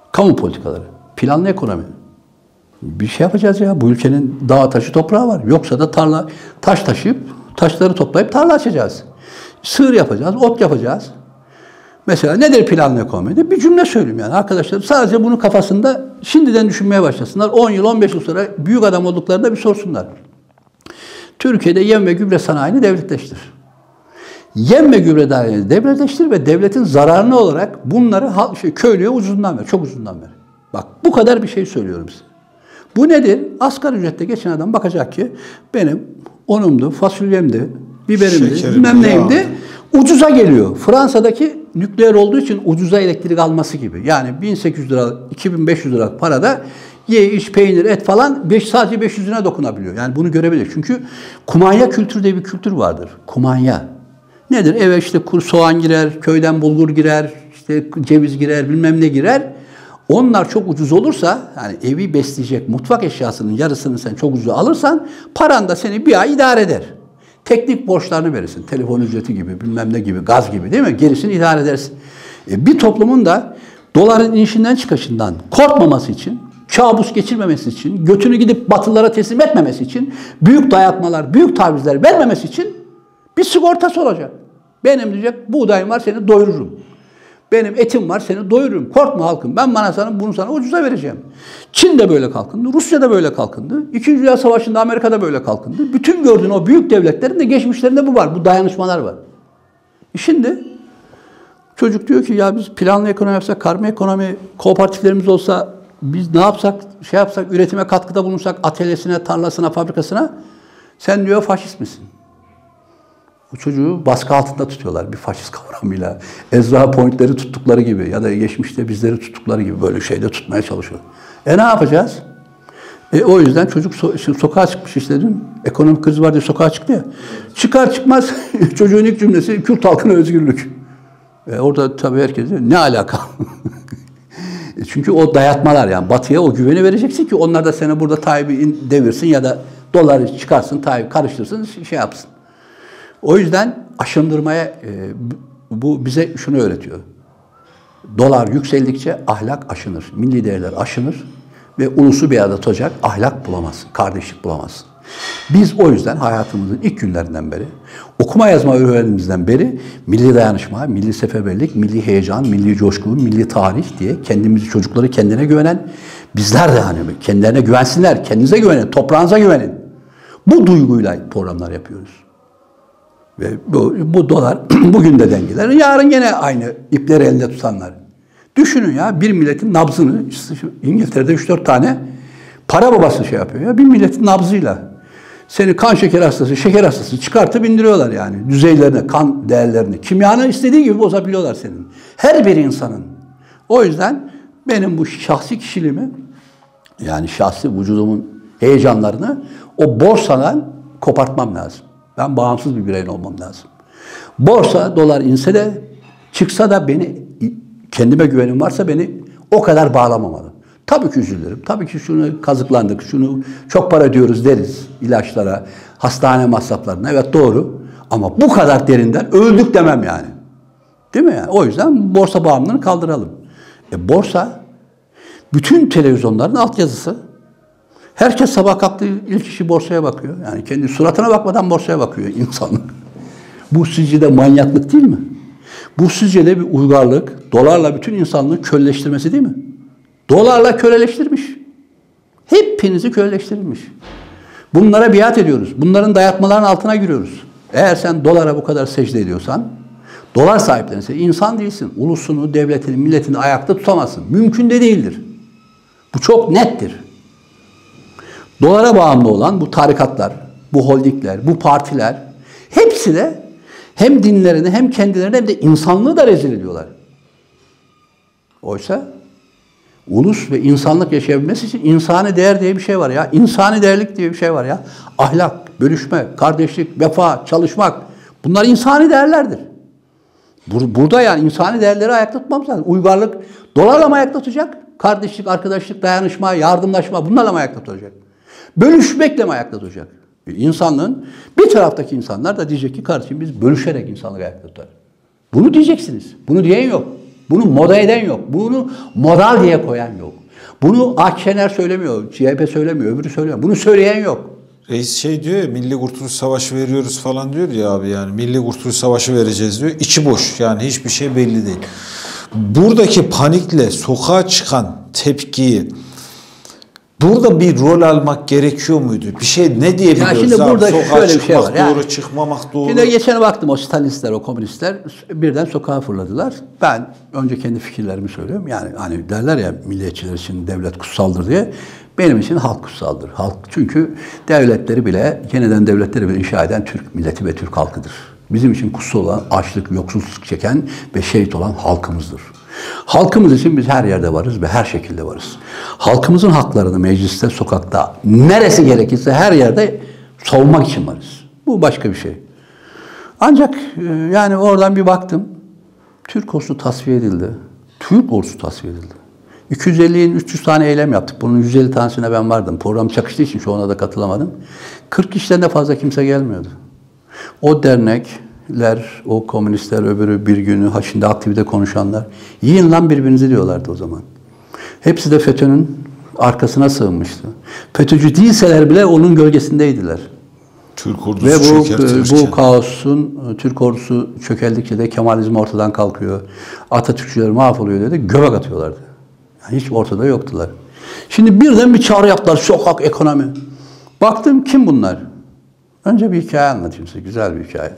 Kamu politikaları, planlı ekonomi. Bir şey yapacağız ya. Bu ülkenin dağ taşı toprağı var. Yoksa da taş taşıyıp, taşları toplayıp tarla açacağız. Sığır yapacağız, ot yapacağız. Mesela nedir planlı ekonomide? Bir cümle söyleyeyim yani arkadaşlar. Sadece bunu kafasında şimdiden düşünmeye başlasınlar. 10 yıl, 15 yıl sonra büyük adam olduklarında bir sorsunlar. Türkiye'de yem ve gübre sanayini devletleştir. Yem ve gübre sanayini devletleştir ve devletin zararını olarak bunları köylüye ucuzundan ver. Çok ucuzundan ver. Bak bu kadar bir şey söylüyorum size. Bu nedir? Asgari ücrette geçen adam bakacak ki benim unumdu, fasulyemdi, biberimdi, bilmem neyimdi. Ucuza geliyor. Fransa'daki nükleer olduğu için ucuza elektrik alması gibi. Yani 1800 lira, 2500 lira parada ye, iç, peynir, et falan sadece 500 lira dokunabiliyor. Yani bunu görebilir. Çünkü kumanya kültürü diye bir kültür vardır. Kumanya. Nedir? Eve işte kuru soğan girer, köyden bulgur girer, işte ceviz girer, bilmem ne girer. Onlar çok ucuz olursa, yani evi besleyecek mutfak eşyasının yarısını sen çok ucuz alırsan, paran da seni bir ay idare eder. Teknik borçlarını verirsin. Telefon ücreti gibi, bilmem ne gibi, gaz gibi değil mi? Gerisini idare edersin. Bir toplumun da doların inişinden çıkışından korkmaması için, kabus geçirmemesi için, götünü gidip batılılara teslim etmemesi için, büyük dayatmalar, büyük tavizler vermemesi için bir sigortası olacak. Benim diyecek buğdayım var seni doyururum. Benim etim var seni doyururum. Korkma halkım ben bunu sana ucuza vereceğim. Çin de böyle kalkındı. Rusya da böyle kalkındı. İkinci Dünya Savaşı'nda Amerika'da böyle kalkındı. Bütün gördüğün o büyük devletlerin de geçmişlerinde bu var. Bu dayanışmalar var. Şimdi çocuk diyor ki ya biz planlı ekonomi yapsak, karma ekonomi, kooperatiflerimiz olsa biz ne yapsak, şey yapsak, üretime katkıda bulunsak, atölyesine, tarlasına, fabrikasına sen diyor faşist misin? Bu çocuğu baskı altında tutuyorlar bir faşist kavramıyla. Ezra Point'leri tuttukları gibi ya da geçmişte bizleri tuttukları gibi böyle şeyde tutmaya çalışıyor. Ne yapacağız? O yüzden çocuk sokağa çıkmış işte dün. Ekonomik kriz var diye sokağa çıktı ya. Çıkar çıkmaz çocuğun ilk cümlesi Kürt halkına özgürlük. Orada tabii herkes diyor ne alaka? Çünkü o dayatmalar yani Batı'ya o güveni vereceksin ki onlar da seni burada Tayyip'i devirsin ya da doları çıkarsın, Tayyip karıştırsın, şey yapsın. O yüzden aşındırmaya bu bize şunu öğretiyor. Dolar yükseldikçe ahlak aşınır, milli değerler aşınır ve ulusu bir arada tutacak ahlak bulamazsın, kardeşlik bulamazsın. Biz o yüzden hayatımızın ilk günlerinden beri, okuma yazma öğrendiğimizden beri milli dayanışma, milli seferberlik, milli heyecan, milli coşku, milli tarih diye kendimizi çocukları kendine güvenen, bizler de hani kendilerine güvensinler, kendinize güvenin, toprağınıza güvenin. Bu duyguyla programlar yapıyoruz. Ve bu dolar bugün de dengeler, yarın gene aynı ipleri elinde tutanlar. Düşünün ya bir milletin nabzını, İngiltere'de 3-4 tane para babası şey yapıyor ya bir milletin nabzıyla. Seni kan şeker hastası çıkartıp indiriyorlar yani düzeylerine, kan değerlerini. Kimyanı istediği gibi bozabiliyorlar senin. Her bir insanın. O yüzden benim bu şahsi kişiliğimi yani şahsi vücudumun heyecanlarını o borsadan kopartmam lazım. Ben bağımsız bir birey olmam lazım. Borsa, dolar inse de çıksa da kendime güvenim varsa beni o kadar bağlamamalı. Tabii ki üzülürüm. Tabii ki şunu kazıklandık, şunu çok para ödüyoruz deriz ilaçlara, hastane masraflarına. Evet doğru. Ama bu kadar derinden öldük demem yani. Değil mi yani? O yüzden borsa bağımlılığını kaldıralım. Borsa bütün televizyonların altyazısı. Herkes sabah kalktığı ilk işi borsaya bakıyor. Yani kendi suratına bakmadan borsaya bakıyor insanlık. Bu sizce de manyaklık değil mi? Bu sizce de bir uygarlık, dolarla bütün insanlığı köleleştirmesi değil mi? Dolarla köleleştirmiş. Hepinizi köleleştirilmiş. Bunlara biat ediyoruz. Bunların dayatmalarının altına giriyoruz. Eğer sen dolara bu kadar secde ediyorsan, dolar sahiplenirse insan değilsin. Ulusunu, devletini, milletini ayakta tutamazsın. Mümkün de değildir. Bu çok nettir. Dolara bağımlı olan bu tarikatlar, bu holdingler, bu partiler hepsi de hem dinlerini hem kendilerini hem de insanlığı da rezil ediyorlar. Oysa ulus ve insanlık yaşayabilmesi için insani değer diye bir şey var ya. İnsani değerlik diye bir şey var ya. Ahlak, bölüşme, kardeşlik, vefa, çalışmak. Bunlar insani değerlerdir. Burada yani insani değerleri ayakta tutmamız lazım. Uygarlık dolarla mı ayakta tutacak? Kardeşlik, arkadaşlık, dayanışma, yardımlaşma bunlarla mı ayakta tutacak? Bölüşmekle mi ayakta tutacak? İnsanlığın bir taraftaki insanlar da diyecek ki kardeşim biz bölüşerek insanlığı ayakta tutar. Bunu diyeceksiniz. Bunu diyen yok. Bunu moda eden yok. Bunu modal diye koyan yok. Bunu Akşener söylemiyor, CHP söylemiyor, öbürü söylemiyor. Bunu söyleyen yok. Reis şey diyor ya, Milli Kurtuluş Savaşı veriyoruz falan diyor ya abi, yani Milli Kurtuluş Savaşı vereceğiz diyor. İçi boş, yani hiçbir şey belli değil. Buradaki panikle sokağa çıkan tepkiyi, burada bir rol almak gerekiyor muydu? Bir şey ne diyebiliyoruz? Ya şimdi burada sokağa şöyle bir şey var. çıkmak doğru, çıkmamak doğru. Şimdi geçen baktım, o Stalinistler, o komünistler birden sokağa fırladılar. Ben önce kendi fikirlerimi söylüyorum. Yani hani derler ya, milliyetçiler için devlet kutsaldır diye. Benim için halk kutsaldır. Halk, çünkü devletleri bile, yeniden devletleri bile inşa eden Türk milleti ve Türk halkıdır. Bizim için kutsal olan, açlık, yoksulluk çeken ve şehit olan halkımızdır. Halkımız için biz her yerde varız ve her şekilde varız. Halkımızın haklarını mecliste, sokakta, neresi gerekirse her yerde savunmak için varız. Bu başka bir şey. Ancak yani oradan bir baktım, Türk ordusu tasfiye edildi. Türk ordusu tasfiye edildi. 250'nin 300 tane eylem yaptık. Bunun 150 tanesine ben vardım. Program çakıştığı için çoğuna da katılamadım. 40 kişiden de fazla kimse gelmiyordu. O dernekler, o komünistler, öbürü bir günü şimdi aktivite konuşanlar, yiyin lan birbirinizi diyorlardı o zaman. Hepsi de FETÖ'nün arkasına sığınmıştı. FETÖ'cü değilseler bile onun gölgesindeydiler. Türk ordusu ve bu kaosun, Türk ordusu çökeldikçe de Kemalizm ortadan kalkıyor. Atatürkçüler mahvoluyor dedi, göbek atıyorlardı. Yani hiç ortada yoktular. Şimdi birden bir çağrı yaptılar, sokak, ekonomi. Baktım, kim bunlar? Önce bir hikaye anlatayım size, güzel bir hikaye.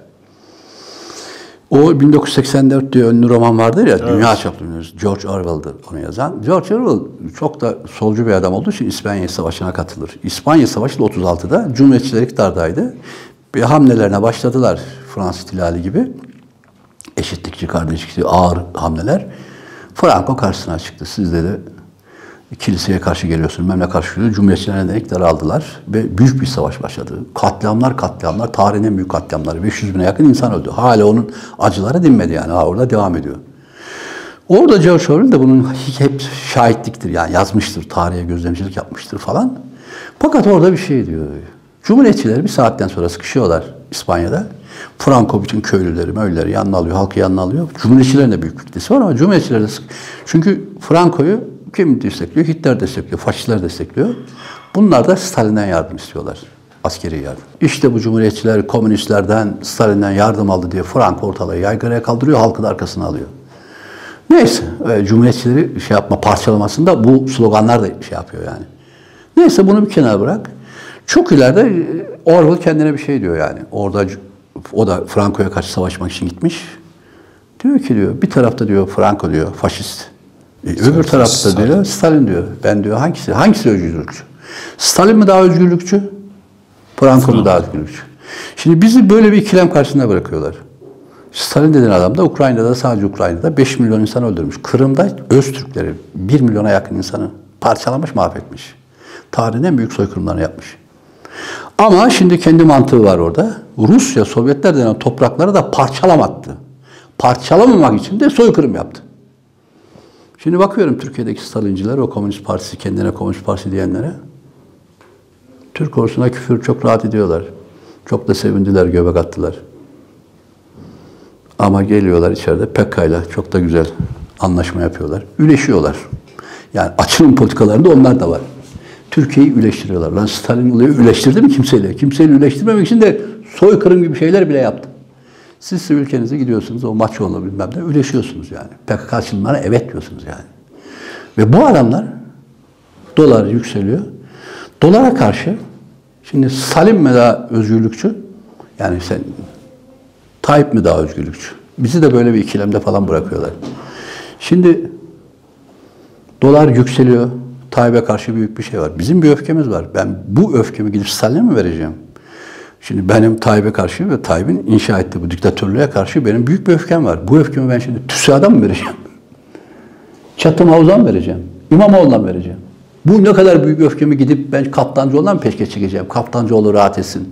O 1984 diye ünlü roman vardır ya, evet. Dünya çaplı ünlü. George Orwell'dır onu yazan. George Orwell çok da solcu bir adam olduğu için İspanya Savaşı'na katılır. İspanya Savaşı 36'da Cumhuriyetçiler iktidardaydı. Bir hamlelerine başladılar, Fransız ihtilali gibi. Eşitlikçi, kardeşlikçi ağır hamleler. Franco karşısına çıktı. Siz dedi, kiliseye karşı geliyorsun, benimle karşı geliyorsun. Cumhuriyetçilerden iktidarı aldılar ve büyük bir savaş başladı. Katliamlar, tarihin en büyük katliamları. 500 bine yakın insan öldü. Hala onun acıları dinmedi yani. Orada devam ediyor. Orada George Orwell de bunun hep şahitliktir. Yani yazmıştır, tarihe gözlemcilik yapmıştır falan. Fakat orada bir şey diyor. Cumhuriyetçiler bir saatten sonra sıkışıyorlar İspanya'da. Franco bütün köylüleri yanına alıyor, halkı yanına alıyor. Cumhuriyetçilerin de büyük kitlesi var ama Cumhuriyetçiler de çünkü Franco'yu kim destekliyor? Hitler destekliyor, faşistler destekliyor. Bunlar da Stalin'den yardım istiyorlar. Askeri yardım. İşte bu Cumhuriyetçiler komünistlerden, Stalin'den yardım aldı diye Franco ortalığı yaygaraya kaldırıyor, halkı da arkasına alıyor. Neyse, Cumhuriyetçileri parçalamasında bu sloganlar da yapıyor yani. Neyse, bunu bir kenara bırak. Çok ileride Orwell kendine bir şey diyor yani. Orada o da Franco'ya karşı savaşmak için gitmiş. Diyor ki diyor, bir tarafta diyor Franco diyor faşist. Öbür tarafta diyor Stalin diyor. Ben diyor hangisi özgürlükçü? Stalin mi daha özgürlükçü? Franco mu daha özgürlükçü? Şimdi bizi böyle bir ikilem karşısında bırakıyorlar. Stalin dediğin adam da Ukrayna'da, sadece Ukrayna'da 5 milyon insan öldürmüş. Kırım'da Öztürkleri 1 milyona yakın insanı parçalamış, mahvetmiş. Tarihin en büyük soykırımlarını yapmış. Ama şimdi kendi mantığı var orada. Rusya, Sovyetler denen toprakları da parçalamaktı. Parçalamamak için de soykırım yaptı. Şimdi bakıyorum Türkiye'deki Stalinciler, o Komünist Partisi, kendine Komünist Partisi diyenlere. Türk ordusuna küfür çok rahat ediyorlar. Çok da sevindiler, göbek attılar. Ama geliyorlar içeride PKK'yla çok da güzel anlaşma yapıyorlar. Üleşiyorlar. Yani açılım politikalarında onlar da var. Türkiye'yi üleştiriyorlar. Lan Stalin olayı üleştirdi mi kimseyle? Kimseyle üleştirmemek için de soykırım gibi şeyler bile yaptı. Siz ülkenize gidiyorsunuz, o maç yolunu bilmem ne, üleşiyorsunuz yani. PKK açılımlarına evet diyorsunuz yani. Ve bu adamlar, dolar yükseliyor. Dolara karşı, şimdi Stalin mi daha özgürlükçü? Yani Tayyip mi daha özgürlükçü? Bizi de böyle bir ikilemde falan bırakıyorlar. Şimdi dolar yükseliyor. Tayyip'e karşı büyük bir şey var. Bizim bir öfkemiz var. Ben bu öfkemi gidip Stalin'e mi vereceğim? Şimdi benim Tayyip'e karşı ve Tayyip'in inşa ettiği bu diktatörlüğe karşı benim büyük bir öfkem var. Bu öfkemi ben şimdi TÜSİAD'a mı vereceğim? Çatım Havuz'a mı vereceğim? İmamoğlu'na mı vereceğim? Bu ne kadar büyük öfkemi gidip ben Kaptancıoğlu'na mı peşkeş çekeceğim? Kaptancıoğlu rahat etsin.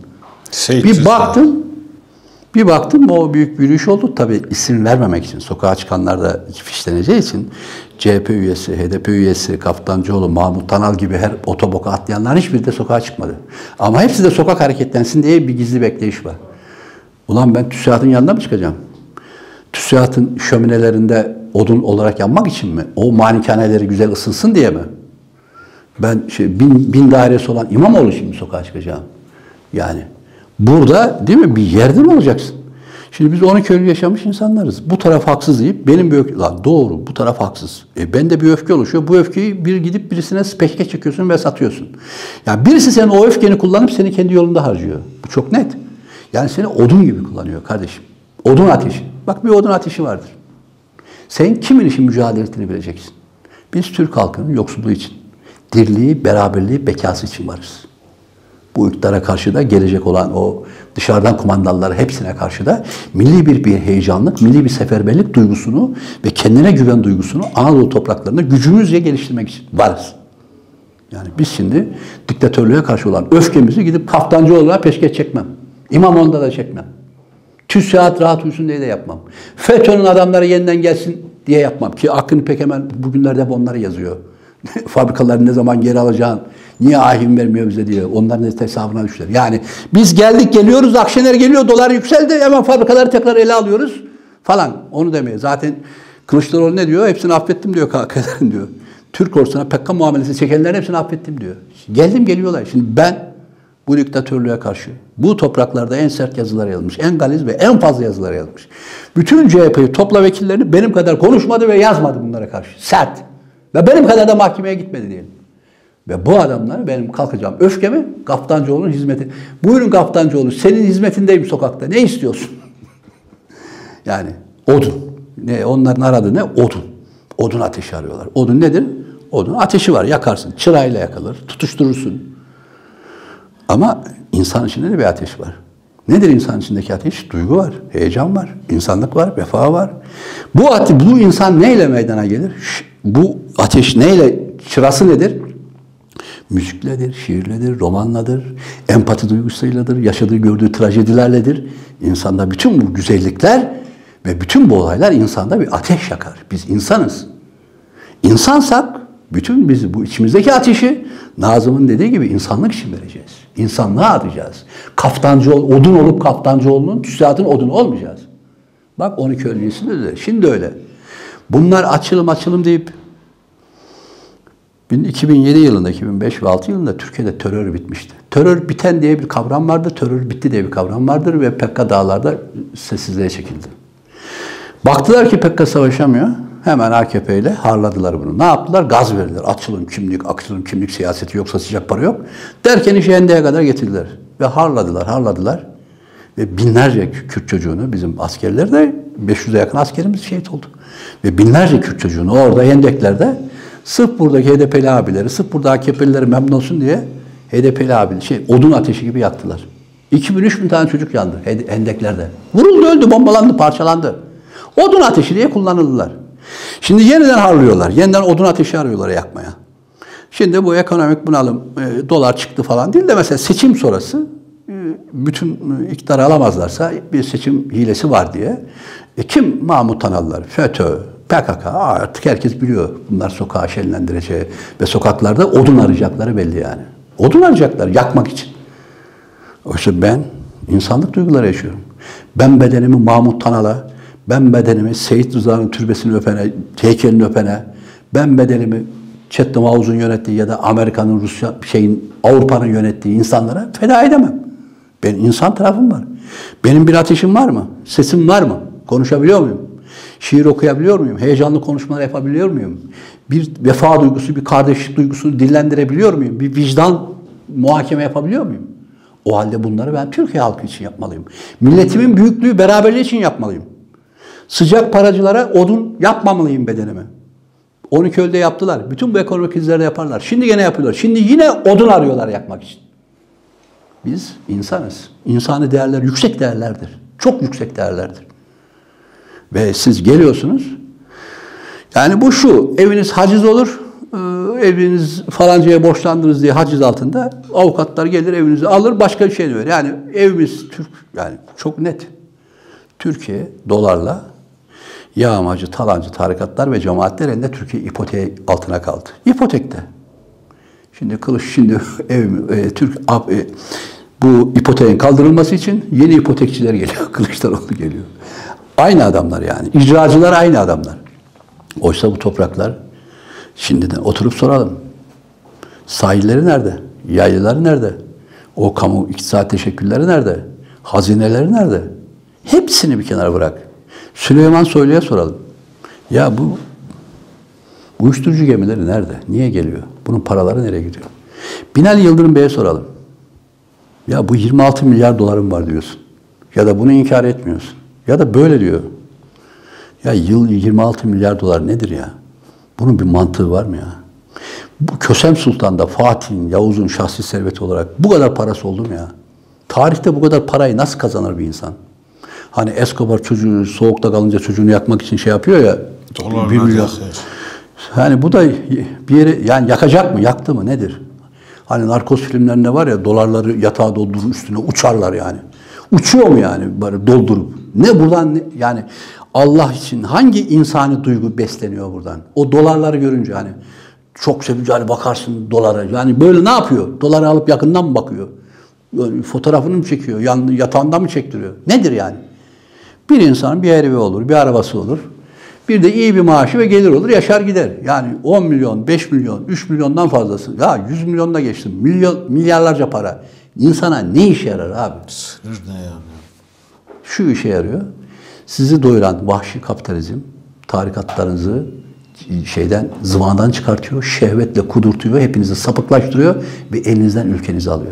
Bir baktım o büyük bir yürüyüş oldu. Tabii isim vermemek için, sokağa çıkanlar da fişleneceği için CHP üyesi, HDP üyesi, Kaftancıoğlu, Mahmut Tanal gibi her otoboka atlayanlar hiçbiri de sokağa çıkmadı. Ama hepsi de sokak hareketlensin diye bir gizli bekleyiş var. Ulan ben TÜSİAD'ın yanına mı çıkacağım? TÜSİAD'ın şöminelerinde odun olarak yanmak için mi? O malikaneleri güzel ısınsın diye mi? Ben bin dairesi olan İmamoğlu şimdi sokağa çıkacağım. Yani burada değil mi bir yerde mi olacaksın? Şimdi biz 12 Eylül yaşamış insanlarız. Bu taraf haksız deyip benim bir öfke... Lan doğru bu taraf haksız. Bende bir öfke oluşuyor. Bu öfkeyi gidip birisine peşke çekiyorsun ve satıyorsun. Yani birisi senin o öfkeni kullanıp seni kendi yolunda harcıyor. Bu çok net. Yani seni odun gibi kullanıyor kardeşim. Odun ateşi. Bak bir odun ateşi vardır. Sen kimin için mücadele ettiğini bileceksin. Biz Türk halkının yoksulluğu için, dirliği, beraberliği, bekası için varız. Bu iktidara karşı da gelecek olan o dışarıdan kumandalılar hepsine karşı da milli bir heyecanlık, milli bir seferberlik duygusunu ve kendine güven duygusunu Anadolu topraklarında gücümüzce geliştirmek için varız. Yani biz şimdi diktatörlüğe karşı olan öfkemizi gidip Kaftancıoğlu'na peşkeş çekmem. İmamoğlu'nda da çekmem. TÜSİAD rahat uyusun diye de yapmam. FETÖ'nün adamları yeniden gelsin diye yapmam. Ki Akın Pekemen bugünlerde hep onları yazıyor. Fabrikaları ne zaman geri alacağın, niye ahim vermiyor bize diye. Onların hesabına düşler. Yani biz geliyoruz, Akşener geliyor, dolar yükseldi, hemen fabrikaları tekrar ele alıyoruz falan. Onu demeye. Zaten Kılıçdaroğlu ne diyor? Hepsini affettim diyor KK'lerin diyor. Türk ordusuna PKK muamelesi çekenlerin hepsini affettim diyor. Geliyorlar. Şimdi ben bu diktatörlüğe karşı bu topraklarda en sert yazılar yazmış, en galiz ve en fazla yazılar yazmış. Bütün CHP'yi topla vekillerini benim kadar konuşmadı ve yazmadı bunlara karşı. Sert. Ve benim kadar da mahkemeye gitmedi diyelim. Ve bu adamlar benim kalkacağım öfkemi Kaftancıoğlu'nun hizmeti. Buyurun Kaftancıoğlu senin hizmetindeyim sokakta. Ne istiyorsun? Yani odun. Onların aradığı ne? Odun. Odun ateşi arıyorlar. Odun nedir? Odun ateşi var. Yakarsın. Çırayla yakılır. Tutuşturursun. Ama insan içinde de bir ateş var. Nedir insan içindeki ateş? Duygu var, heyecan var, insanlık var, vefa var. Bu insan neyle meydana gelir? Bu ateş neyle, çırası nedir? Müzikledir, şiirledir, romanladır, empati duygusuyladır, yaşadığı, gördüğü trajedilerledir. İnsanda bütün bu güzellikler ve bütün bu olaylar insanda bir ateş yakar. Biz insanız. İnsansak bütün biz bu içimizdeki ateşi Nazım'ın dediği gibi insanlık için vereceğiz. İnsanlığa atacağız. Odun olup Kaftancıoğlu'nun TÜSİAD'ın odunu olmayacağız. Bak 12 Eylül'sünde de şimdi öyle. Bunlar açılım deyip 2007 yılında, 2005 ve 2006 yılında Türkiye'de terör bitmişti. Terör biten diye bir kavram vardır, terör bitti diye bir kavram vardır ve PKK dağlarda sessizliğe çekildi. Baktılar ki PKK savaşamıyor. Hemen AKP ile harladılar bunu. Ne yaptılar? Gaz verdiler. Açılım kimlik siyaseti yoksa sıcak para yok. Derken işi Hendek'e kadar getirdiler. Ve harladılar. Ve binlerce Kürt çocuğunu, bizim askerler de 500'e yakın askerimiz şehit oldu. Ve binlerce Kürt çocuğunu orada Hendek'lerde sırf buradaki HDP'li abileri, sırf burada AKP'lileri memnun olsun diye HDP'li abileri odun ateşi gibi yaktılar. 2000-3000 tane çocuk yandı Hendek'lerde. Vuruldu, öldü, bombalandı, parçalandı. Odun ateşi diye kullanıldılar. Şimdi yeniden harlıyorlar. Yeniden odun ateşi arıyorlar yakmaya. Şimdi bu ekonomik bunalım, dolar çıktı falan değil de mesela seçim sonrası bütün iktidarı alamazlarsa bir seçim hilesi var diye. Kim Mahmut Tanallar, FETÖ, PKK artık herkes biliyor. Bunlar sokağı şenlendireceği ve sokaklarda odun arayacakları belli yani. Odun arayacaklar yakmak için. Oysa ben insanlık duyguları yaşıyorum. Ben bedenimi Mahmut Tanal'a, ben bedenimi Seyit Rıza'nın türbesini öpene, heykelini öpene, ben bedenimi Chatham House'un yönettiği ya da Amerika'nın, Avrupa'nın yönettiği insanlara feda edemem. Ben insan tarafım var. Benim bir ateşim var mı? Sesim var mı? Konuşabiliyor muyum? Şiir okuyabiliyor muyum? Heyecanlı konuşmalar yapabiliyor muyum? Bir vefa duygusu, bir kardeşlik duygusunu dillendirebiliyor muyum? Bir vicdan muhakeme yapabiliyor muyum? O halde bunları ben Türkiye halkı için yapmalıyım. Milletimin büyüklüğü, beraberliği için yapmalıyım. Sıcak paracılara odun yapmamalıyım bedenime. 12 Eylül'de yaptılar. Bütün bu ekonomik krizlerde yaparlar. Şimdi gene yapıyorlar. Şimdi yine odun arıyorlar yakmak için. Biz insanız. İnsani değerler yüksek değerlerdir. Çok yüksek değerlerdir. Ve siz geliyorsunuz. Yani bu şu, eviniz haciz olur, eviniz falancaya borçlandınız diye haciz altında avukatlar gelir evinizi alır başka bir şey diyor. Yani evimiz Türk, yani çok net. Türkiye dolarla yağmacı, talancı tarikatlar ve cemaatler elinde Türkiye ipoteği altına kaldı. İpotekte. Şimdi bu ipoteğin kaldırılması için yeni ipotekçiler geliyor. Kılıçdaroğlu geliyor. Aynı adamlar yani. İcracılar aynı adamlar. Oysa bu topraklar, şimdiden oturup soralım. Sahilleri nerede? Yaylaları nerede? O kamu iktisat teşekkülleri nerede? Hazineleri nerede? Hepsini bir kenara bırak. Süleyman Soylu'ya soralım. Ya bu uyuşturucu gemileri nerede? Niye geliyor? Bunun paraları nereye gidiyor? Binali Yıldırım Bey'e soralım. Ya bu 26 milyar dolarım var diyorsun. Ya da bunu inkar etmiyorsun. Ya da böyle diyor. Ya yıl 26 milyar dolar nedir ya? Bunun bir mantığı var mı ya? Bu Kösem Sultan'da Fatih'in, Yavuz'un şahsi serveti olarak bu kadar parası oldu mu ya? Tarihte bu kadar parayı nasıl kazanır bir insan? Hani Escobar çocuğu soğukta kalınca çocuğunu yakmak için şey yapıyor ya. Dolarlar 1 milyon. Hani bu da bir yere yani yakacak mı? Yaktı mı? Nedir? Hani narkoz filmlerinde var ya dolarları yatağa doldurur üstüne uçarlar yani. Uçuyor mu yani böyle doldurup? Ne buradan yani Allah için hangi insani duygu besleniyor buradan? O dolarları görünce hani çok sevince hani bakarsın dolara. Yani böyle ne yapıyor? Doları alıp yakından mı bakıyor? Yani fotoğrafını mı çekiyor? Yatağından mı çektiriyor? Nedir yani? Bir insan bir evi olur, bir arabası olur. Bir de iyi bir maaşı ve gelir olur, yaşar gider. Yani 10 milyon, 5 milyon, 3 milyondan fazlası. Ya 100 milyonda geçtim. Milyarlarca para. İnsana ne işe yarar abi? Sınır ne yani? Şu işe yarıyor. Sizi doyuran vahşi kapitalizm tarikatlarınızı zıvandan çıkartıyor, şehvetle kudurtuyor, hepinizi sapıklaştırıyor ve elinizden ülkenizi alıyor.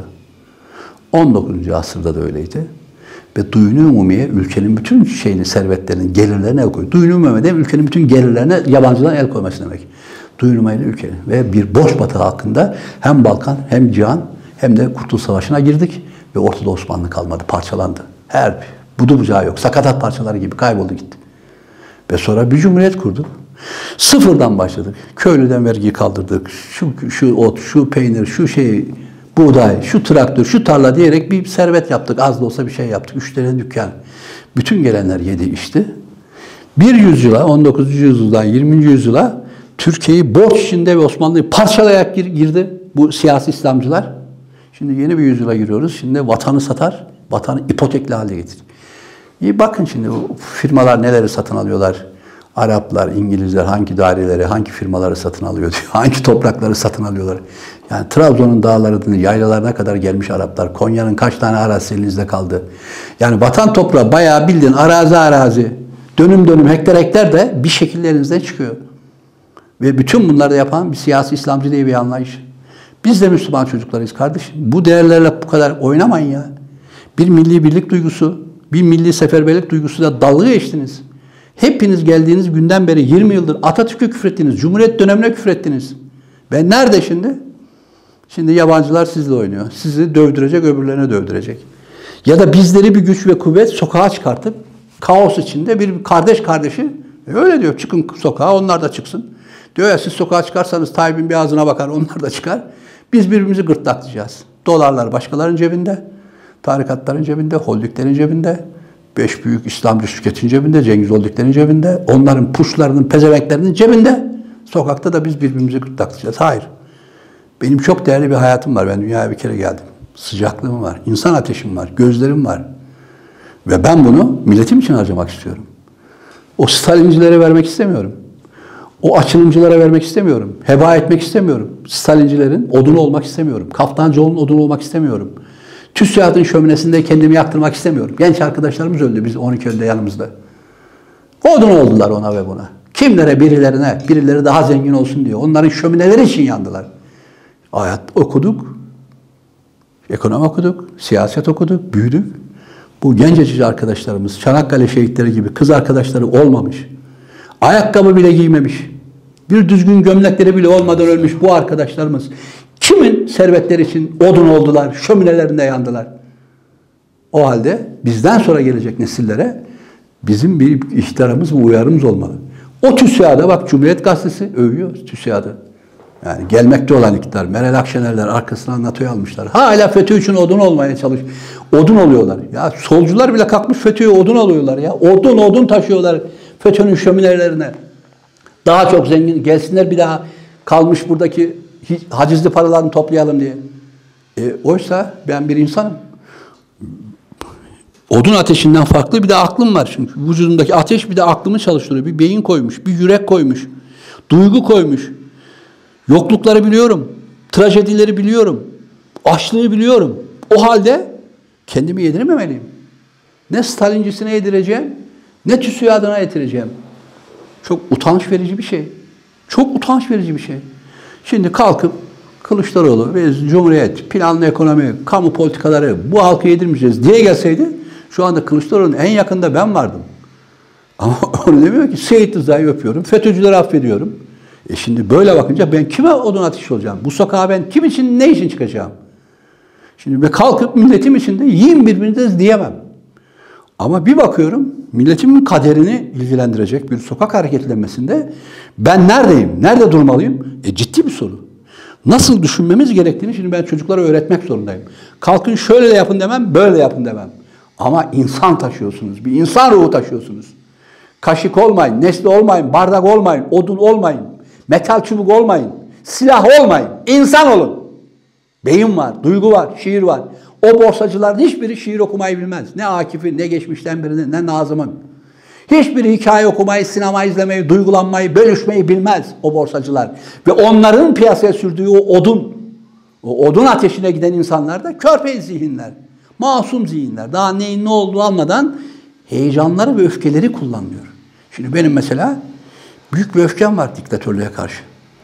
19. asırda da öyleydi. Ve duyunu umumiye ülkenin bütün servetlerinin, gelirlerine el koyuyor. Duyunu umumiye de ülkenin bütün gelirlerine yabancıdan el koyması demek. Duyunu umumiye ülkenin. Ve bir boş batı hakkında hem Balkan hem Cihan hem de Kurtuluş Savaşı'na girdik ve ortada Osmanlı kalmadı, parçalandı. Her budu bucağı yok. Sakatat parçaları gibi kayboldu gitti. Ve sonra bir cumhuriyet kurduk. Sıfırdan başladık. Köylüden vergiyi kaldırdık. Şu ot, şu peynir, şu buğday, şu traktör, şu tarla diyerek bir servet yaptık. Az da olsa bir şey yaptık. 3 tane dükkan. Bütün gelenler yedi içti. Bir yüzyıla, 19. yüzyıldan 20. yüzyıla Türkiye'yi borç içinde ve Osmanlı'yı parçalayarak girdi bu siyasi İslamcılar. Şimdi yeni bir yüzyıla giriyoruz. Şimdi vatanı satar, vatanı ipotekli hale getir. İyi bakın şimdi bu firmalar neleri satın alıyorlar. Araplar, İngilizler hangi daireleri, hangi firmaları satın alıyor diyor. Hangi toprakları satın alıyorlar. Yani Trabzon'un dağlarını, yaylalarına kadar gelmiş Araplar. Konya'nın kaç tane arazisi elinizde kaldı. Yani vatan toprağı bayağı bildiğin arazi. Dönüm dönüm hektar de bir şekilde elinizden çıkıyor. Ve bütün bunları da yapan bir siyasi İslamcı diye bir anlayış. Biz de Müslüman çocuklarıyız kardeşim. Bu değerlerle bu kadar oynamayın ya. Bir milli birlik duygusu, bir milli seferberlik duygusu da dalga geçtiniz. Hepiniz geldiğiniz günden beri 20 yıldır Atatürk'e küfrettiniz. Cumhuriyet dönemine küfrettiniz. Ve nerede şimdi? Şimdi yabancılar sizle oynuyor. Sizi dövdürecek, öbürlerine dövdürecek. Ya da bizleri bir güç ve kuvvet sokağa çıkartıp kaos içinde bir kardeşi öyle diyor. Çıkın sokağa, onlar da çıksın. Diyor ya siz sokağa çıkarsanız Tayyip'in bir ağzına bakar, onlar da çıkar. Biz birbirimizi gırtlaklayacağız. Dolarlar başkalarının cebinde, tarikatların cebinde, holdinglerin cebinde. 5 büyük İslamcı şirketin cebinde, Cengiz Holdinglerin cebinde, onların puşlarının, pezevenklerinin cebinde. Sokakta da biz birbirimizi gırtlaklayacağız. Hayır. Benim çok değerli bir hayatım var. Ben dünyaya bir kere geldim. Sıcaklığım var, insan ateşim var, gözlerim var. Ve ben bunu milletim için harcamak istiyorum. O Stalincilere vermek istemiyorum. O açılımcılara vermek istemiyorum. Heba etmek istemiyorum. Stalincilerin odunu olmak istemiyorum. Kaftancıoğlu'nun odunu olmak istemiyorum. TÜSİAD'ın şöminesinde kendimi yaktırmak istemiyorum. Genç arkadaşlarımız öldü biz 12 Eylül'de yanımızda. Odun oldular ona ve buna. Kimlere, birileri daha zengin olsun diye. Onların şömineleri için yandılar. Hayat okuduk, ekonomi okuduk, siyaset okuduk, büyüdük. Bu gencecik arkadaşlarımız, Çanakkale şehitleri gibi kız arkadaşları olmamış. Ayakkabı bile giymemiş. Bir düzgün gömlekleri bile olmadan ölmüş bu arkadaşlarımız. Kimin servetleri için odun oldular, şöminelerinde yandılar? O halde bizden sonra gelecek nesillere bizim bir ihtiramımız ve uyarımız olmalı. O TÜSİAD'a bak, Cumhuriyet Gazetesi övüyor TÜSİAD'ı. Yani gelmekte olan iktidar, Meral Akşenerler arkasından NATO'yu almışlar. Hala FETÖ için odun olmaya odun oluyorlar. Ya solcular bile kalkmış FETÖ'ye odun alıyorlar ya. Odun taşıyorlar FETÖ'nün şöminelerine. Daha çok zengin gelsinler bir daha kalmış buradaki hacizli paralarını toplayalım diye. Oysa ben bir insanım. Odun ateşinden farklı bir de aklım var. Çünkü vücudumdaki ateş bir de aklımı çalıştırıyor. Bir beyin koymuş, bir yürek koymuş. Duygu koymuş. Yoklukları biliyorum. Trajedileri biliyorum. Açlığı biliyorum. O halde kendimi yedirmemeliyim. Ne Stalincisine yedireceğim, ne TÜSİAD'ına yedireceğim. Çok utanç verici bir şey. Çok utanç verici bir şey. Şimdi kalkıp Kılıçdaroğlu, biz Cumhuriyet, planlı ekonomi, kamu politikaları bu halkı yedirmeyeceğiz diye gelseydi şu anda Kılıçdaroğlu'nun en yakında ben vardım. Ama onu demiyor ki Seyit Rıza'yı öpüyorum, FETÖ'cüleri affediyorum. Şimdi böyle bakınca ben kime odun ateşi olacağım? Bu sokağa ben kim için, ne için çıkacağım? Şimdi ben kalkıp milletim içinde yiyin birbirinize diyemem. Ama bir bakıyorum milletimin kaderini ilgilendirecek bir sokak hareketlenmesinde ben neredeyim, nerede durmalıyım? Ciddi bir soru. Nasıl düşünmemiz gerektiğini şimdi ben çocuklara öğretmek zorundayım. Kalkın şöyle yapın demem, böyle yapın demem. Ama insan taşıyorsunuz, bir insan ruhu taşıyorsunuz. Kaşık olmayın, nesne olmayın, bardak olmayın, odun olmayın, metal çubuk olmayın, silah olmayın, insan olun. Beyin var, duygu var, şiir var. O borsacıların hiçbiri şiir okumayı bilmez. Ne Akif'in, ne geçmişten birinin, ne Nazım'ın. Hiçbiri hikaye okumayı, sinema izlemeyi, duygulanmayı, bölüşmeyi bilmez o borsacılar. Ve onların piyasaya sürdüğü o odun ateşine giden insanlar da körpe zihinler, masum zihinler. Daha neyin ne olduğu anmadan heyecanları ve öfkeleri kullanıyor. Şimdi benim mesela büyük bir öfkem var diktatörlüğe karşı.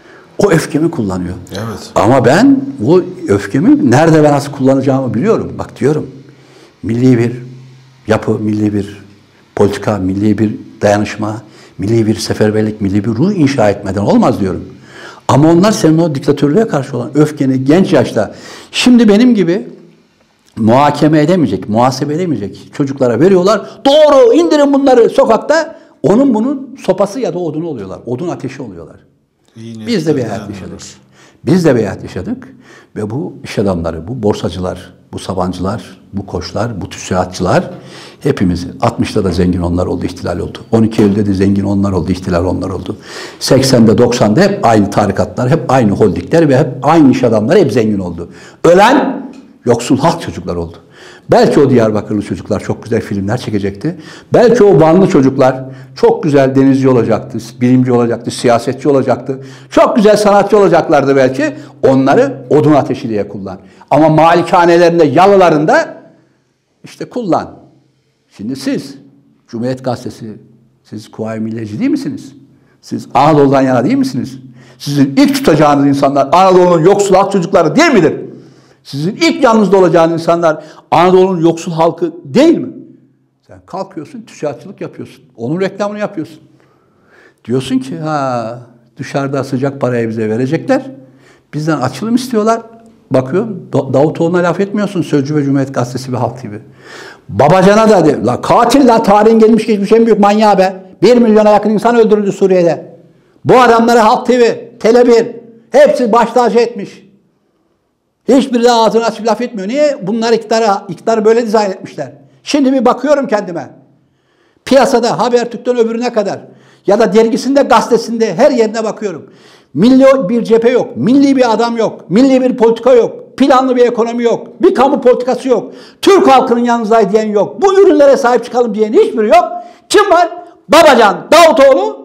O öfkemi kullanıyor. Evet. Ama ben o öfkemi nerede ve nasıl kullanacağımı biliyorum. Bak diyorum, milli bir yapı, milli bir politika, milli bir dayanışma, milli bir seferberlik, milli bir ruh inşa etmeden olmaz diyorum. Ama onlar senin o diktatörlüğe karşı olan öfkeni genç yaşta, şimdi benim gibi muhakeme edemeyecek, muhasebe edemeyecek çocuklara veriyorlar. Doğru, indirin bunları sokakta. Onun bunun sopası ya da odunu oluyorlar. Odun ateşi oluyorlar. Biz de bir hayat yaşadık. Biz de bir hayat yaşadık. Ve bu iş adamları, bu borsacılar, bu Sabancılar, bu Koçlar, bu TÜSİAD'çılar hepimiz 60'ta da zengin onlar oldu, ihtilal oldu. 12 Eylül'de de zengin onlar oldu, ihtilal onlar oldu. 80'de 90'da hep aynı tarikatlar, hep aynı holdingler ve hep aynı iş adamları hep zengin oldu. Ölen yoksul halk çocuklar oldu. Belki o Diyarbakırlı çocuklar çok güzel filmler çekecekti. Belki o Vanlı çocuklar çok güzel denizci olacaktı, bilimci olacaktı, siyasetçi olacaktı. Çok güzel sanatçı olacaklardı belki. Onları odun ateşi diye kullan. Ama malikanelerinde, yalılarında işte kullan. Şimdi siz, Cumhuriyet Gazetesi, siz Kuvayi Milliyeci değil misiniz? Siz Anadolu'dan yana değil misiniz? Sizin ilk tutacağınız insanlar Anadolu'nun yoksul halk çocukları değil midir? Sizin ilk yanınızda olacağınız insanlar Anadolu'nun yoksul halkı değil mi? Sen kalkıyorsun, TÜSİAD'çılık yapıyorsun. Onun reklamını yapıyorsun. Diyorsun ki dışarıda sıcak parayı bize verecekler. Bizden açılım istiyorlar. Bakıyorum Davutoğlu'na laf etmiyorsun. Sözcü ve Cumhuriyet Gazetesi ve Halk TV. Babacan'a da de. La katil la, tarihin gelmiş geçmiş en büyük manyağı be. 1 milyona yakın insan öldürüldü Suriye'de. Bu adamları Halk TV, Tele1 hepsi baş tacı etmiş. Hiçbiri de ağzını açıp laf etmiyor. Niye? Bunlar iktidarı böyle dizayn etmişler. Şimdi bir bakıyorum kendime. Piyasada Habertürk'ten öbürüne kadar ya da dergisinde, gazetesinde her yerine bakıyorum. Milli bir cephe yok. Milli bir adam yok. Milli bir politika yok. Planlı bir ekonomi yok. Bir kamu politikası yok. Türk halkının yanınızda diyen yok. Bu ürünlere sahip çıkalım diyen hiçbiri yok. Kim var? Babacan, Davutoğlu,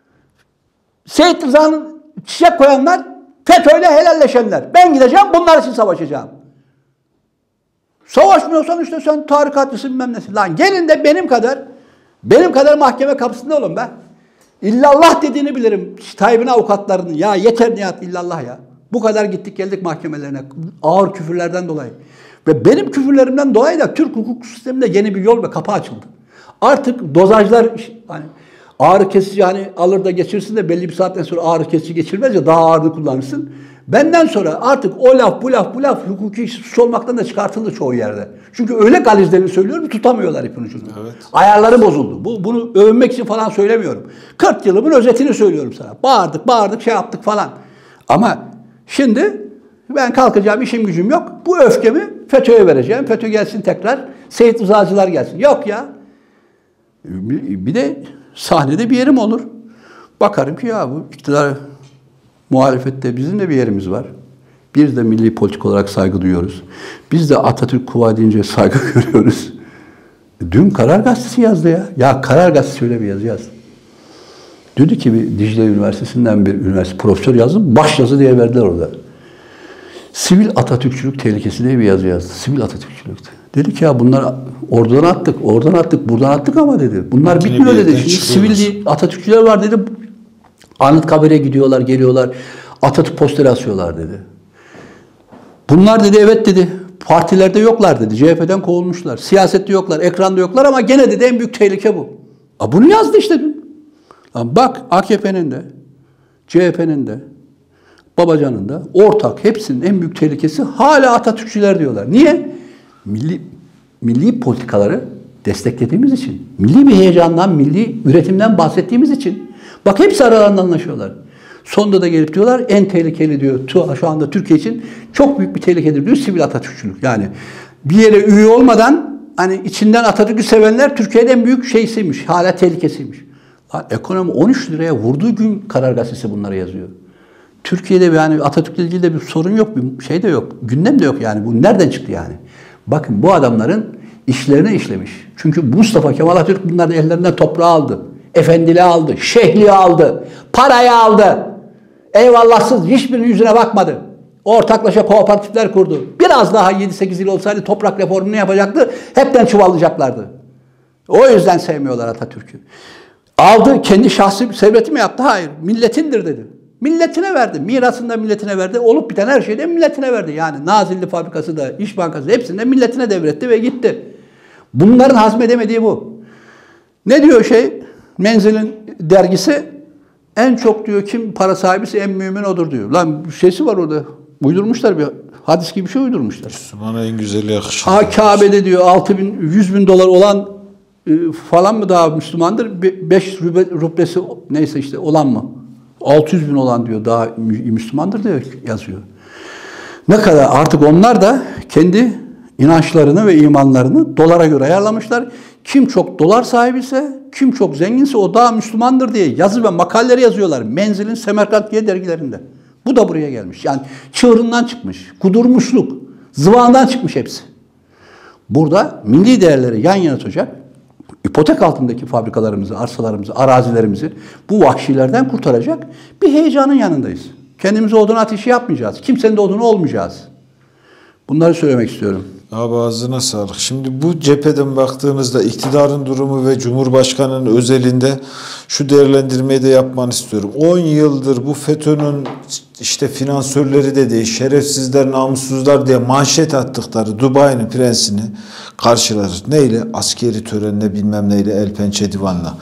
Seyit Rıza'nın çiçek koyanlar, FETÖ'yle helalleşenler. Ben gideceğim, bunlar için savaşacağım. Savaşmıyorsan işte sen tarikatlısın bilmem nesin. Lan gelin de benim kadar mahkeme kapısında olun be. İllallah dediğini bilirim. Tayyip'in avukatlarının. Ya yeter Nihat, illallah ya. Bu kadar gittik geldik mahkemelerine. Ağır küfürlerden dolayı. Ve benim küfürlerimden dolayı da Türk hukuk sisteminde yeni bir yol ve kapı açıldı. Artık dozajlar, hani ağrı kesici hani alır da geçirsin de belli bir saatten sonra ağrı kesici geçirmez ya, daha ağırını kullanırsın. Benden sonra artık o laf bu laf hukuki suç olmaktan da çıkartıldı çoğu yerde. Çünkü öyle galizlerini söylüyorum, tutamıyorlar ipin ucunu. Evet. Ayarları bozuldu. Bunu övünmek için falan söylemiyorum. 40 yılımın özetini söylüyorum sana. Bağırdık şey yaptık falan. Ama şimdi ben kalkacağım, işim gücüm yok. Bu öfkemi FETÖ'ye vereceğim. FETÖ gelsin tekrar. Seyit Rıza'cılar gelsin. Yok ya. Bir de sahnede bir yerim olur. Bakarım ki ya bu iktidar muhalefette bizim de bir yerimiz var. Biz de milli politik olarak saygı duyuyoruz. Biz de Atatürk Kuvayi deyince saygı görüyoruz. Dün Karar Gazetesi yazdı ya. Ya Karar Gazetesi öyle bir yazı yazdı. Dedi ki bir Dicle Üniversitesi'nden bir üniversite profesör yazdı. Başyazı diye verdiler orada. Sivil Atatürkçülük tehlikesi diye bir yazı yazdı. Sivil Atatürkçülük. Dedi ki ya bunlar oradan attık, oradan attık, buradan attık ama dedi. Bunlar bitmiyor dedi. Şimdi sivil Atatürkçüler var dedi. Anıtkabir'e gidiyorlar, geliyorlar. Atatürk posteri asıyorlar dedi. Bunlar dedi evet dedi. Partilerde yoklar dedi. CHP'den kovulmuşlar. Siyasette yoklar, ekranda yoklar ama gene dedi en büyük tehlike bu. Bunu yazdı işte dün. Bak AKP'nin de, CHP'nin de, Babacan'ın da ortak hepsinin en büyük tehlikesi hala Atatürkçüler diyorlar. Niye? Milli politikaları desteklediğimiz için. Milli bir heyecandan, milli üretimden bahsettiğimiz için. Bak hepsi aralarında anlaşıyorlar. Sonunda da gelip diyorlar en tehlikeli diyor. Şu anda Türkiye için çok büyük bir tehlikedir diyor sivil Atatürkçülük. Yani bir yere üye olmadan hani içinden Atatürk'ü sevenler Türkiye'de en büyük şeysiymiş. Hala tehlikesiymiş. Ekonomi 13 liraya vurduğu gün Karar Gazetesi bunları yazıyor. Türkiye'de yani Atatürk'le ilgili de bir sorun yok, bir şey de yok. Gündem de yok yani. Bu nereden çıktı yani? Bakın bu adamların işlerini işlemiş. Çünkü Mustafa Kemal Atatürk bunların ellerinden toprağı aldı. Efendiliği aldı, şehliği aldı, parayı aldı. Eyvallahsız hiçbirinin yüzüne bakmadı. Ortaklaşa kooperatifler kurdu. Biraz daha 7-8 yıl olsaydı toprak reformunu yapacaktı. Hepten çuvallayacaklardı. O yüzden sevmiyorlar Atatürk'ü. Aldı, kendi şahsi serveti mi yaptı? Hayır, milletindir dedi. Milletine verdi. Mirasını da milletine verdi. Olup biten her şeyi de milletine verdi. Yani Nazilli fabrikası da, İş Bankası da hepsini de milletine devretti ve gitti. Bunların hazmedemediği bu. Ne diyor Menzil'in dergisi? En çok diyor kim para sahibisi en mümin odur diyor. Lan şeysi var orada. Uydurmuşlar bir hadis gibi bir şey uydurmuşlar. Müslümana en güzeli yakışır. Kabe'de diyor 100.000 dolar olan falan mı daha Müslümandır? 5 rublesi neyse işte olan mı? 600.000 olan diyor daha Müslümandır diyor yazıyor. Ne kadar artık onlar da kendi inançlarını ve imanlarını dolara göre ayarlamışlar. Kim çok dolar sahibiyse, kim çok zenginse o daha Müslümandır diye yazı ve makaleleri yazıyorlar. Menzil'in Semerkant dergilerinde. Bu da buraya gelmiş. Yani çığırından çıkmış, kudurmuşluk, zıvağından çıkmış hepsi. Burada milli değerleri yan yana tutacak, ipotek altındaki fabrikalarımızı, arsalarımızı, arazilerimizi bu vahşilerden kurtaracak bir heyecanın yanındayız. Kendimize odun ateşi yapmayacağız. Kimsenin de odunu olmayacağız. Bunları söylemek istiyorum. Abi ağzına sağlık. Şimdi bu cepheden baktığımızda iktidarın durumu ve Cumhurbaşkanı'nın özelinde şu değerlendirmeyi de yapmanı istiyorum. 10 yıldır bu FETÖ'nün işte finansörleri dediği şerefsizler, namussuzlar diye manşet attıkları Dubai'nin prensini karşılar. Neyle? Askeri törenle bilmem neyle, el pençe divanla.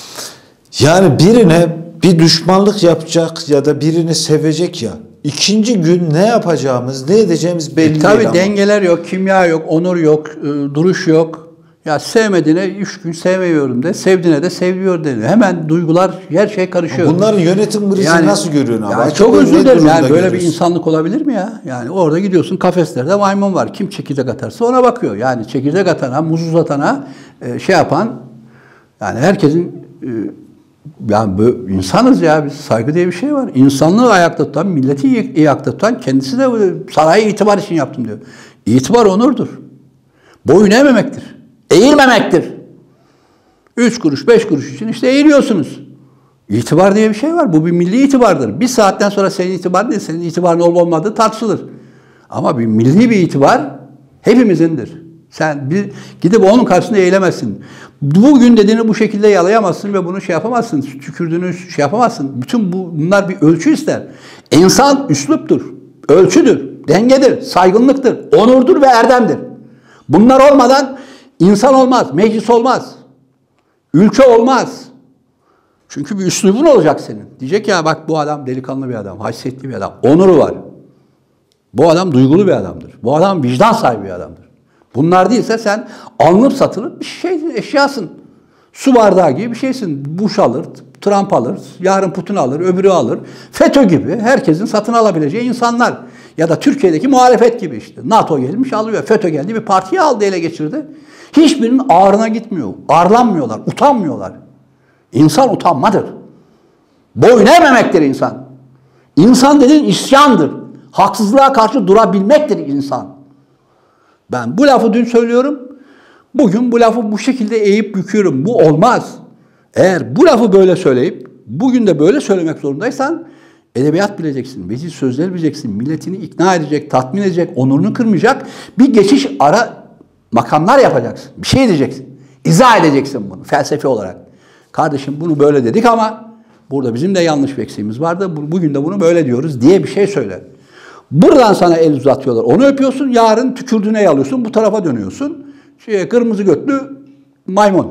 Yani birine bir düşmanlık yapacak ya da birini sevecek ya. İkinci gün ne yapacağımız, ne edeceğimiz belli değil tabii ama. Dengeler yok, kimya yok, onur yok, duruş yok. Ya sevmediğine 3 gün sevmiyorum de, sevdiğine de seviyor deniyor. Hemen duygular, her şey karışıyor. Bunların yönetim krizini nasıl görüyorsun abi? Yani çok özür dilerim. Yani böyle bir insanlık olabilir mi ya? Yani orada gidiyorsun kafeslerde maymun var. Kim çekirdek atarsa ona bakıyor. Yani çekirdek atana, muz uzatana şey yapan yani herkesin yani böyle insanız ya biz saygı diye bir şey var. İnsanlığı ayakta tutan, milleti ayakta tutan kendisi de sarayı itibar için yaptım diyor. İtibar onurdur. Boyun eğmemektir. Eğilmemektir. 3 kuruş, 5 kuruş için işte eğiliyorsunuz. İtibar diye bir şey var. Bu bir milli itibardır. Bir saatten sonra senin itibarın değil, senin itibarın olup olmadığı tartışılır. Ama bir milli bir itibar hepimizindir. Sen gidip onun karşısında eğilemezsin. Bugün dediğini bu şekilde yalayamazsın ve bunu şey yapamazsın. Tükürdüğünü şey yapamazsın. Bütün bunlar bir ölçü ister. İnsan üsluptur, ölçüdür, dengedir, saygınlıktır, onurdur ve erdemdir. Bunlar olmadan insan olmaz, meclis olmaz, ülke olmaz. Çünkü bir üslubun olacak senin. Diyecek ya bak bu adam delikanlı bir adam, haysiyetli bir adam, onuru var. Bu adam duygulu bir adamdır. Bu adam vicdan sahibi bir adamdır. Bunlar değilse sen alınıp satılıp bir şey eşyasın. Su bardağı gibi bir şeysin. Bush alır, Trump alır, yarın Putin alır, öbürü alır. FETÖ gibi herkesin satın alabileceği insanlar. Ya da Türkiye'deki muhalefet gibi işte. NATO gelmiş alıyor. FETÖ geldi bir partiyi aldı ele geçirdi. Hiçbirinin ağrına gitmiyor. Ağırlanmıyorlar, utanmıyorlar. İnsan utanmadır. Boyun eğmemektir insan. İnsan dediğin isyandır. Haksızlığa karşı durabilmektir insan. Ben bu lafı dün söylüyorum. Bugün bu lafı bu şekilde eğip büküyorum. Bu olmaz. Eğer bu lafı böyle söyleyip Bugün de böyle söylemek zorundaysan edebiyat bileceksin, veciz sözler bileceksin, milletini ikna edecek, tatmin edecek, onurunu kırmayacak bir geçiş ara makamlar yapacaksın. Bir şey diyeceksin. İzah edeceksin bunu felsefi olarak. Kardeşim bunu böyle dedik ama burada bizim de yanlış bir eksiğimiz vardı. Bugün de bunu böyle diyoruz diye bir şey söyle. Buradan sana el uzatıyorlar. Onu öpüyorsun, yarın tükürdüğüne yalıyorsun, bu tarafa dönüyorsun. Kırmızı götlü maymun.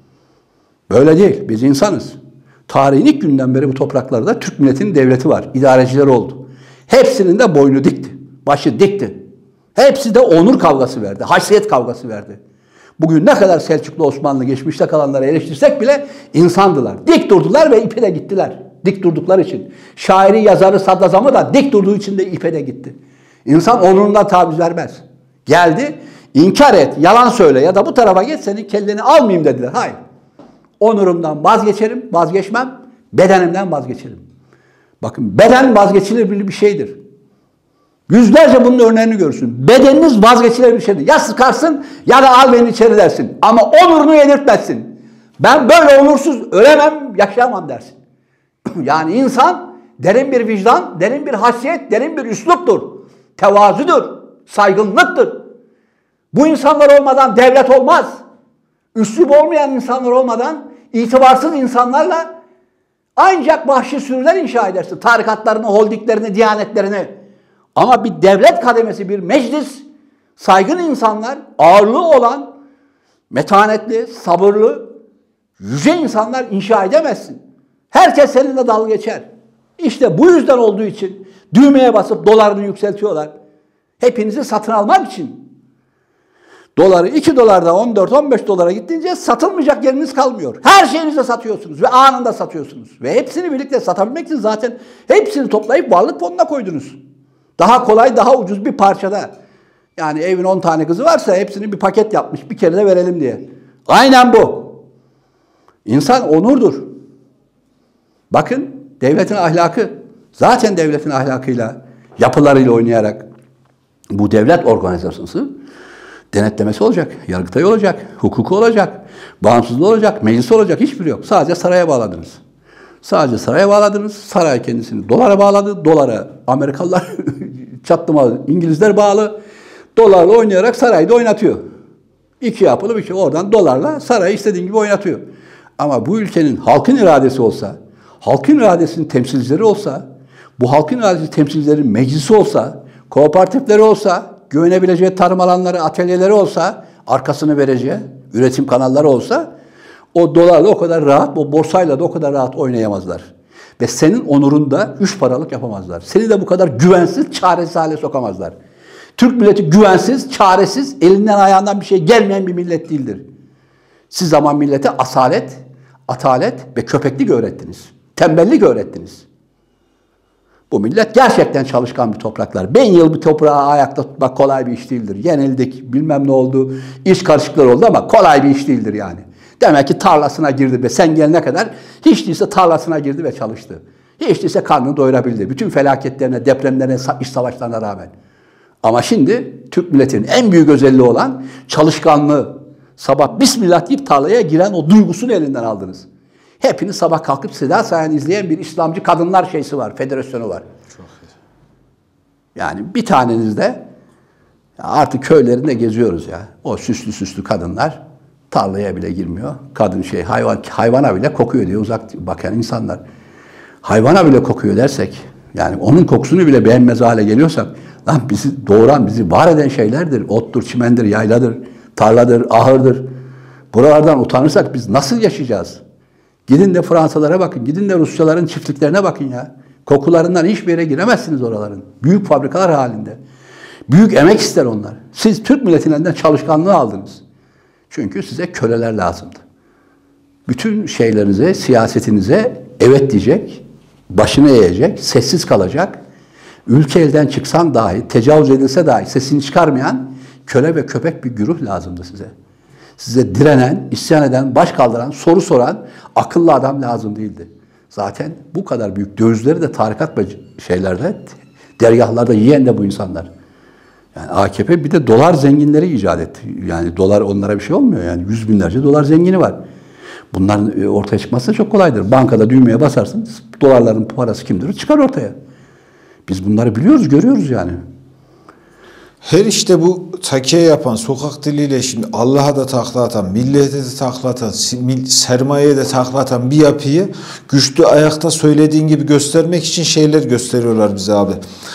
Böyle değil. Biz insanız. Tarihin ilk günden beri bu topraklarda Türk milletinin devleti var. İdarecileri oldu. Hepsinin de boynu dikti. Başı dikti. Hepsi de onur kavgası verdi. Haysiyet kavgası verdi. Bugün ne kadar Selçuklu Osmanlı geçmişte kalanları eleştirsek bile insandılar. Dik durdular ve ipe de gittiler. Dik durdukları için. Şairi, yazarı, sadrazamı da dik durduğu için de ipe de gitti. İnsan onurundan taviz vermez. Geldi, inkar et, yalan söyle ya da bu tarafa geç senin kelleni almayayım dediler. Hayır. Onurumdan vazgeçerim, vazgeçmem. Bedenimden vazgeçerim. Bakın beden vazgeçilebilir bir şeydir. Yüzlerce bunun örneğini görürsün. Bedeniniz vazgeçilebilir bir şeydir. Ya sıkarsın ya da al beni içeri dersin. Ama onurunu yedirtmezsin. Ben böyle onursuz ölemem, yaşayamam dersin. Yani insan derin bir vicdan, derin bir haysiyet, derin bir üsluptur. Tevazudur, saygınlıktır. Bu insanlar olmadan devlet olmaz. Üslup olmayan insanlar olmadan itibarsız insanlarla ancak vahşi sürüler inşa edersin. Tarikatlarını, holdiklerini, diyanetlerini. Ama bir devlet kademesi, bir meclis, saygın insanlar, ağırlığı olan, metanetli, sabırlı, yüce insanlar inşa edemezsin. Herkes seninle dalga geçer. İşte bu yüzden olduğu için düğmeye basıp dolarını yükseltiyorlar. Hepinizi satın almak için. Doları 2 dolarda 14-15 dolara gittiğince satılmayacak yeriniz kalmıyor. Her şeyinizi satıyorsunuz ve anında satıyorsunuz. Ve hepsini birlikte satabilmek için zaten hepsini toplayıp varlık fonuna koydunuz. Daha kolay, daha ucuz bir parçada. Yani evin 10 tane kızı varsa hepsini bir paket yapmış, bir kere de verelim diye. Aynen bu. İnsan onurdur. Bakın devletin ahlakı, zaten devletin ahlakıyla, yapılarıyla oynayarak bu devlet organizasyonu denetlemesi olacak, yargıtay olacak, hukuku olacak, bağımsızlığı olacak, meclisi olacak, hiçbiri yok. Sadece saraya bağladınız. Sadece saraya bağladınız. Saray kendisini dolara bağladı. Dolara Amerikalılar çatlamadı. İngilizler bağlı. Dolarla oynayarak sarayda oynatıyor. İki yapılı bir şey. Oradan dolarla sarayı istediğin gibi oynatıyor. Ama bu ülkenin halkın iradesi olsa, halkın iradesinin temsilcileri olsa, bu halkın iradesi temsilcilerin meclisi olsa, kooperatifleri olsa, güvenebileceği tarım alanları, atölyeleri olsa, arkasını vereceği üretim kanalları olsa, o dolarla o kadar rahat, o borsayla da o kadar rahat oynayamazlar. Ve senin onurunda 3 paralık yapamazlar. Seni de bu kadar güvensiz, çaresiz hale sokamazlar. Türk milleti güvensiz, çaresiz, elinden ayağından bir şey gelmeyen bir millet değildir. Siz zaman millete asalet, atalet ve köpeklik öğrettiniz. Tembellik öğrettiniz. Bu millet gerçekten çalışkan bir topraklar. 1000 yıl bir toprağı ayakta tutmak kolay bir iş değildir. Yenildik, bilmem ne oldu, iş karışıklığı oldu ama kolay bir iş değildir yani. Demek ki tarlasına girdi ve sen gelene kadar hiç değilse tarlasına girdi ve çalıştı. Hiç değilse karnını doyurabildi. Bütün felaketlerine, depremlerine, iç savaşlarına rağmen. Ama şimdi Türk milletinin en büyük özelliği olan çalışkanlığı, sabah Bismillah deyip tarlaya giren o duygusunu elinden aldınız. Hepiniz sabah kalkıp Seda Sayan'ı izleyen bir İslamcı kadınlar şeysi var, federasyonu var. Çok yani bir taneniz de artık köylerinde geziyoruz ya. O süslü süslü kadınlar tarlaya bile girmiyor. Kadın hayvana bile kokuyor diye uzak bakan insanlar. Hayvana bile kokuyor dersek, yani onun kokusunu bile beğenmez hale geliyorsak, lan bizi doğuran, bizi var eden şeylerdir. Ottur, çimendir, yayladır, tarladır, ahırdır. Buralardan utanırsak biz nasıl yaşayacağız? Gidin de Fransalara bakın, gidin de Rusyaların çiftliklerine bakın ya. Kokularından hiçbir yere giremezsiniz oraların. Büyük fabrikalar halinde. Büyük emek ister onlar. Siz Türk milletinden çalışkanlığı aldınız. Çünkü size köleler lazımdı. Bütün şeylerinize, siyasetinize evet diyecek, başını eğecek, sessiz kalacak, ülke elden çıksan dahi, tecavüz edilse dahi sesini çıkarmayan köle ve köpek bir güruh lazımdı size. Size direnen, isyan eden, baş kaldıran, soru soran akıllı adam lazım değildi. Zaten bu kadar büyük dövizleri de tarikat ve şeylerde, dergahlarda yiyen de bu insanlar. Yani AKP bir de dolar zenginleri icat etti. Yani dolar onlara bir şey olmuyor. Yani 100 binlerce dolar zengini var. Bunların ortaya çıkması çok kolaydır. Bankada düğmeye basarsın, dolarların parası kimdir? Çıkar ortaya. Biz bunları biliyoruz, görüyoruz yani. Her işte bu takiye yapan, sokak diliyle şimdi Allah'a da takla atan, millete de takla atan, sermayeye de takla atan bir yapıyı güçlü ayakta söylediğin gibi göstermek için şeyler gösteriyorlar bize abi.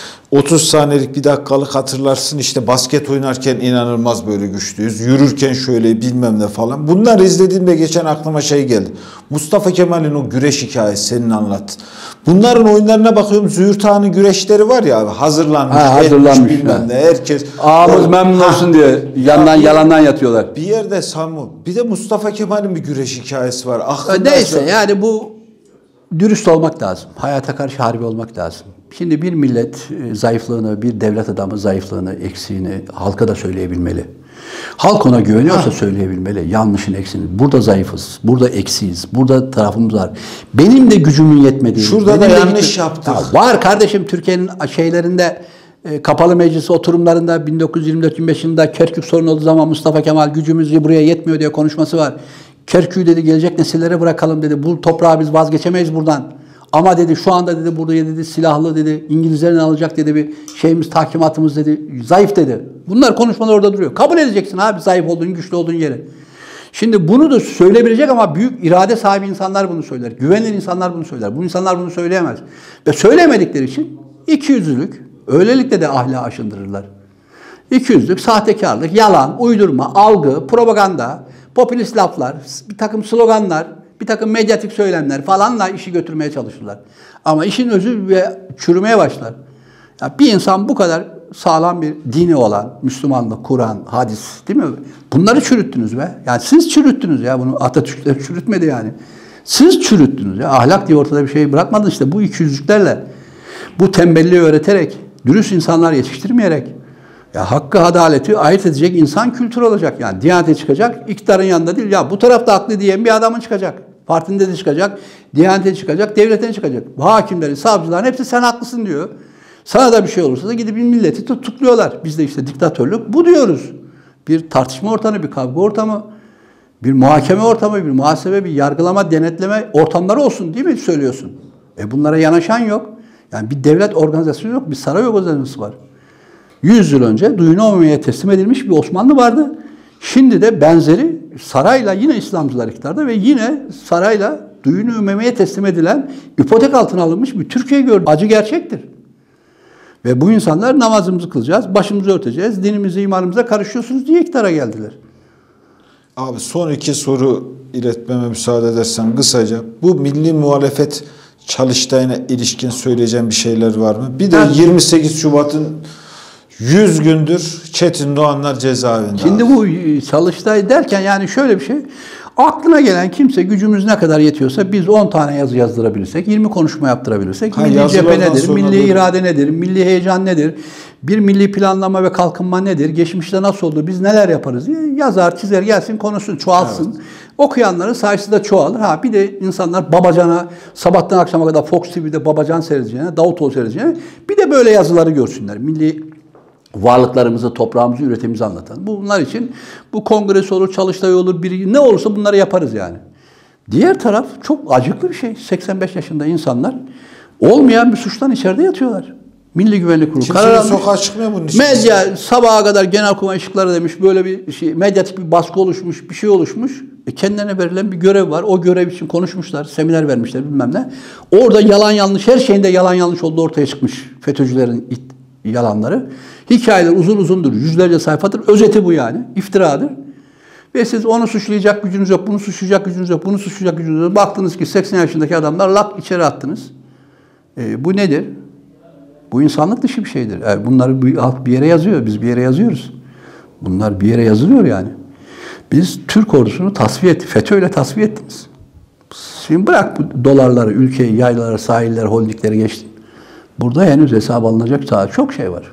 30 saniyelik bir dakikalık hatırlarsın işte basket oynarken inanılmaz böyle güçlüyüz. Yürürken şöyle bilmem ne falan. Bunları izlediğimde geçen aklıma şey geldi. Mustafa Kemal'in o güreş hikayesi senin anlat. Bunların oyunlarına bakıyorum. Züğürt Ağa'nın güreşleri var ya abi hazırlanmış. Hazırlanmış. Bilmem ne. Herkes. Ağamız memnun olsun diye yandan yalandan yatıyorlar. Bir yerde bir de Mustafa Kemal'in bir güreş hikayesi var. Neyse yani bu dürüst olmak lazım. Hayata karşı harbi olmak lazım. Şimdi bir millet zayıflığını, bir devlet adamı zayıflığını, eksiğini halka da söyleyebilmeli. Halk ona güveniyorsa söyleyebilmeli. Yanlışın, eksiğini. Burada zayıfız, burada eksiyiz, burada tarafımız var. Benim de gücümün yetmediği. Şurada da yanlış yaptık. Var kardeşim Türkiye'nin şeylerinde, kapalı meclis oturumlarında 1924-25 yılında Kerkük sorunu olduğu zaman Mustafa Kemal gücümüz buraya yetmiyor diye konuşması var. Kerkük'ü dedi gelecek nesillere bırakalım dedi. Bu toprağı biz vazgeçemeyiz buradan. Ama dedi şu anda dedi burada dedi silahlı dedi İngilizlerin alacak dedi bir şeyimiz tahkimatımız dedi zayıf dedi. Bunlar konuşmalar orada duruyor. Kabul edeceksin abi zayıf olduğun güçlü olduğun yeri. Şimdi bunu da söyleyebilecek ama büyük irade sahibi insanlar bunu söyler. Güvenilir insanlar bunu söyler. Bu insanlar bunu söyleyemez. Ve söylemedikleri için ikiyüzlülük öylelikle de ahlakı aşındırırlar. İkiyüzlülük, sahtekarlık, yalan, uydurma, algı, propaganda, popülist laflar, bir takım sloganlar, bir takım medyatik söylemler falanla işi götürmeye çalışırlar. Ama işin özü ve çürümeye başlar. Ya bir insan bu kadar sağlam bir dini olan, Müslümanlık, Kur'an, hadis değil mi? Bunları çürüttünüz be. Yani siz çürüttünüz ya bunu. Atatürk'ler çürütmedi yani. Siz çürüttünüz ya. Ahlak diye ortada bir şey bırakmadınız işte. Bu ikiyüzlüklerle, bu tembelliği öğreterek, dürüst insanlar yetiştirmeyerek, ya hakkı, adaleti ayırt edecek insan kültürü olacak. Yani Diyanet'e çıkacak, iktidarın yanında değil. Ya bu tarafta haklı diyen bir adamın çıkacak. Partinde de çıkacak, Diyanet'e çıkacak, devlete çıkacak. Hakimlerin, savcıların hepsi sen haklısın diyor. Sana da bir şey olursa da gidip milleti tutukluyorlar. Biz de işte diktatörlük bu diyoruz. Bir tartışma ortamı, bir kavga ortamı, bir muhakeme ortamı, bir muhasebe, bir yargılama, denetleme ortamları olsun değil mi söylüyorsun? Bunlara yanaşan yok. Yani bir devlet organizasyonu yok, bir saray organizasyonu var. 100 yıl önce duyunu umumiyeye teslim edilmiş bir Osmanlı vardı. Şimdi de benzeri sarayla yine İslamcılar iktidarda ve yine sarayla duyunu umumiyeye teslim edilen ipotek altına alınmış bir Türkiye gördük. Acı gerçektir. Ve bu insanlar namazımızı kılacağız, başımızı örteceğiz, dinimize, imanımıza karışıyorsunuz diye iktidara geldiler. Abi son iki soru iletmeme müsaade edersen kısaca. Bu milli muhalefet çalıştayına ilişkin söyleyeceğim bir şeyler var mı? Bir de 28 Şubat'ın 100 gündür Çetin Doğanlar cezaevinde. Şimdi bu çalıştay derken yani şöyle bir şey. Aklına gelen kimse gücümüz ne kadar yetiyorsa biz 10 tane yazı yazdırabilirsek, 20 konuşma yaptırabilirsek, milli cephe nedir, milli irade nedir, milli heyecan nedir, bir milli planlama ve kalkınma nedir, geçmişte nasıl oldu, biz neler yaparız diye yazar, çizer, gelsin, konuşsun, çoğalsın. Evet. Okuyanların sayısı da çoğalır. Bir de insanlar Babacan'a sabahtan akşama kadar Fox TV'de Babacan seyredeceğine, Davutoğlu seyredeceğine bir de böyle yazıları görsünler. Milli varlıklarımızı, toprağımızı, üretimimizi anlatan. Bunlar için bu kongresi olur, çalıştay olur, ne olursa bunları yaparız yani. Diğer taraf çok acıklı bir şey. 85 yaşında insanlar olmayan bir suçtan içeride yatıyorlar. Milli Güvenlik Kurulu karar almış. Sokağa çıkmıyor bunun için. Medya sabaha kadar Genelkurmay ışıkları demiş. Böyle bir şey, medyatik bir baskı oluşmuş, bir şey oluşmuş. Kendilerine verilen bir görev var. O görev için konuşmuşlar, seminer vermişler bilmem ne. Orada yalan yanlış, her şeyinde yalan yanlış olduğu ortaya çıkmış FETÖ'cülerin yalanları. Hikayeler uzun uzundur, yüzlerce sayfadır. Özeti bu yani, iftiradır. Ve siz onu suçlayacak gücünüz yok, bunu suçlayacak gücünüz yok, bunu suçlayacak gücünüz yok. Baktınız ki 80 yaşındaki adamlar lap içeri attınız. Bu nedir? Bu insanlık dışı bir şeydir. Bunları bir yere yazıyor, biz bir yere yazıyoruz. Bunlar bir yere yazılıyor yani. Biz Türk ordusunu tasfiye ettik, FETÖ'yle tasfiye ettiniz. Şimdi bırak bu dolarları, ülkeyi, yaylaları, sahilleri, holdingleri geçtin. Burada henüz hesap alınacak daha çok şey var.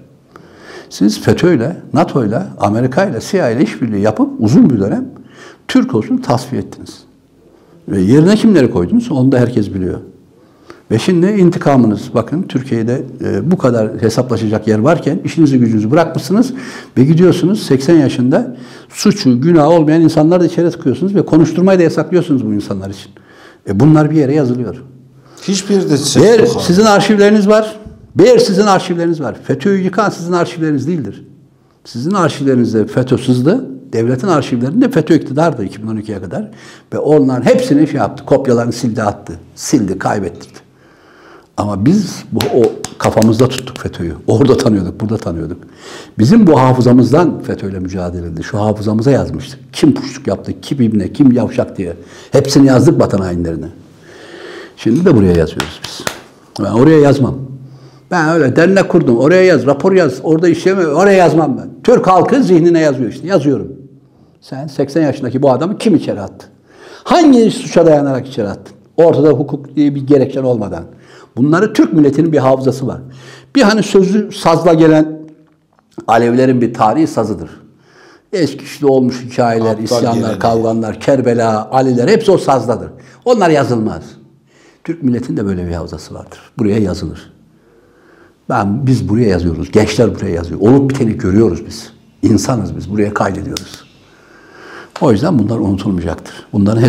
Siz FETÖ'yle, NATO'yla, Amerika'yla, CIA'yla işbirliği yapıp uzun bir dönem Türk ordusunu tasfiye ettiniz. Ve yerine kimleri koydunuz? Onu da herkes biliyor. Ve şimdi intikamınız, bakın Türkiye'de bu kadar hesaplaşacak yer varken işinizi gücünüzü bırakmışsınız ve gidiyorsunuz 80 yaşında suçu, günahı olmayan insanları da içeri tıkıyorsunuz ve konuşturmayı da yasaklıyorsunuz bu insanlar için. Bunlar bir yere yazılıyor. Hiçbir de Eğer sizin arşivleriniz var, sizin arşivleriniz var. FETÖ'yü yıkan sizin arşivleriniz değildir. Sizin arşivlerinizde FETÖ sızdı, devletin arşivlerinde FETÖ iktidardı 2012'ye kadar ve onların hepsini şey yaptı, kopyalarını sildi attı, sildi, kaybettirdi. Ama biz o kafamızda tuttuk FETÖ'yü. Orada tanıyorduk, burada tanıyorduk. Bizim bu hafızamızdan FETÖ'yle mücadele edildi. Şu hafızamıza yazmıştık. Kim puşluk yaptı, kim ibne, kim yavşak diye. Hepsini yazdık vatan hainlerine. Şimdi de buraya yazıyoruz biz. Ben oraya yazmam. Ben öyle dernek kurdum. Oraya yaz, rapor yaz. Orada işleme, oraya yazmam ben. Türk halkı zihnine yazıyor işte. Yazıyorum. Sen 80 yaşındaki bu adamı kim içeri attı? Hangi suça dayanarak içeri attın? Ortada hukuk diye bir gerekçen olmadan. Bunları Türk milletinin bir hafızası var. Bir hani sözü sazla gelen Alevilerin bir tarihi sazıdır. Eski olmuş hikayeler, Aptal isyanlar, geleni. kavganlar, Kerbela, Aliler hepsi o sazdadır. Onlar yazılmaz. Türk milletinin de böyle bir hafızası vardır. Buraya yazılır. Biz buraya yazıyoruz. Gençler buraya yazıyor. Olup biteni görüyoruz biz. İnsanız biz. Buraya kaydediyoruz. O yüzden bunlar unutulmayacaktır. Bunların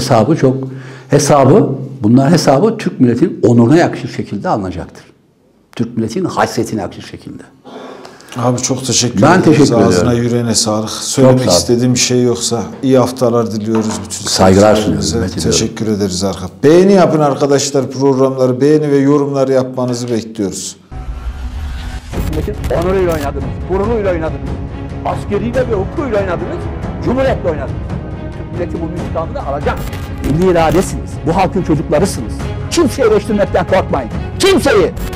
hesabı Türk milletinin onuruna yakışır şekilde alınacaktır. Türk milletinin haysiyetine yakışır şekilde. Abi çok teşekkür Ben ederiz. teşekkür ediyorum. Ağzına yüreğine sağlık. Söylemek istediğim bir şey yoksa iyi haftalar diliyoruz bütün Saygılar seyircilerimize. sunuyorum. Teşekkür ederiz arkadaşlar. Beğeni yapın arkadaşlar, programları beğeni ve yorumlar yapmanızı bekliyoruz. Milletin onuruyla oynadınız, gururuyla oynadınız, askeriyle ve hukukuyla oynadınız, cumhuriyetle oynadınız. Türk milleti bunun intikamını alacak. Milli iradesiniz, bu halkın çocuklarısınız. Kimseyi eleştirmekten korkmayın. Kimseyi!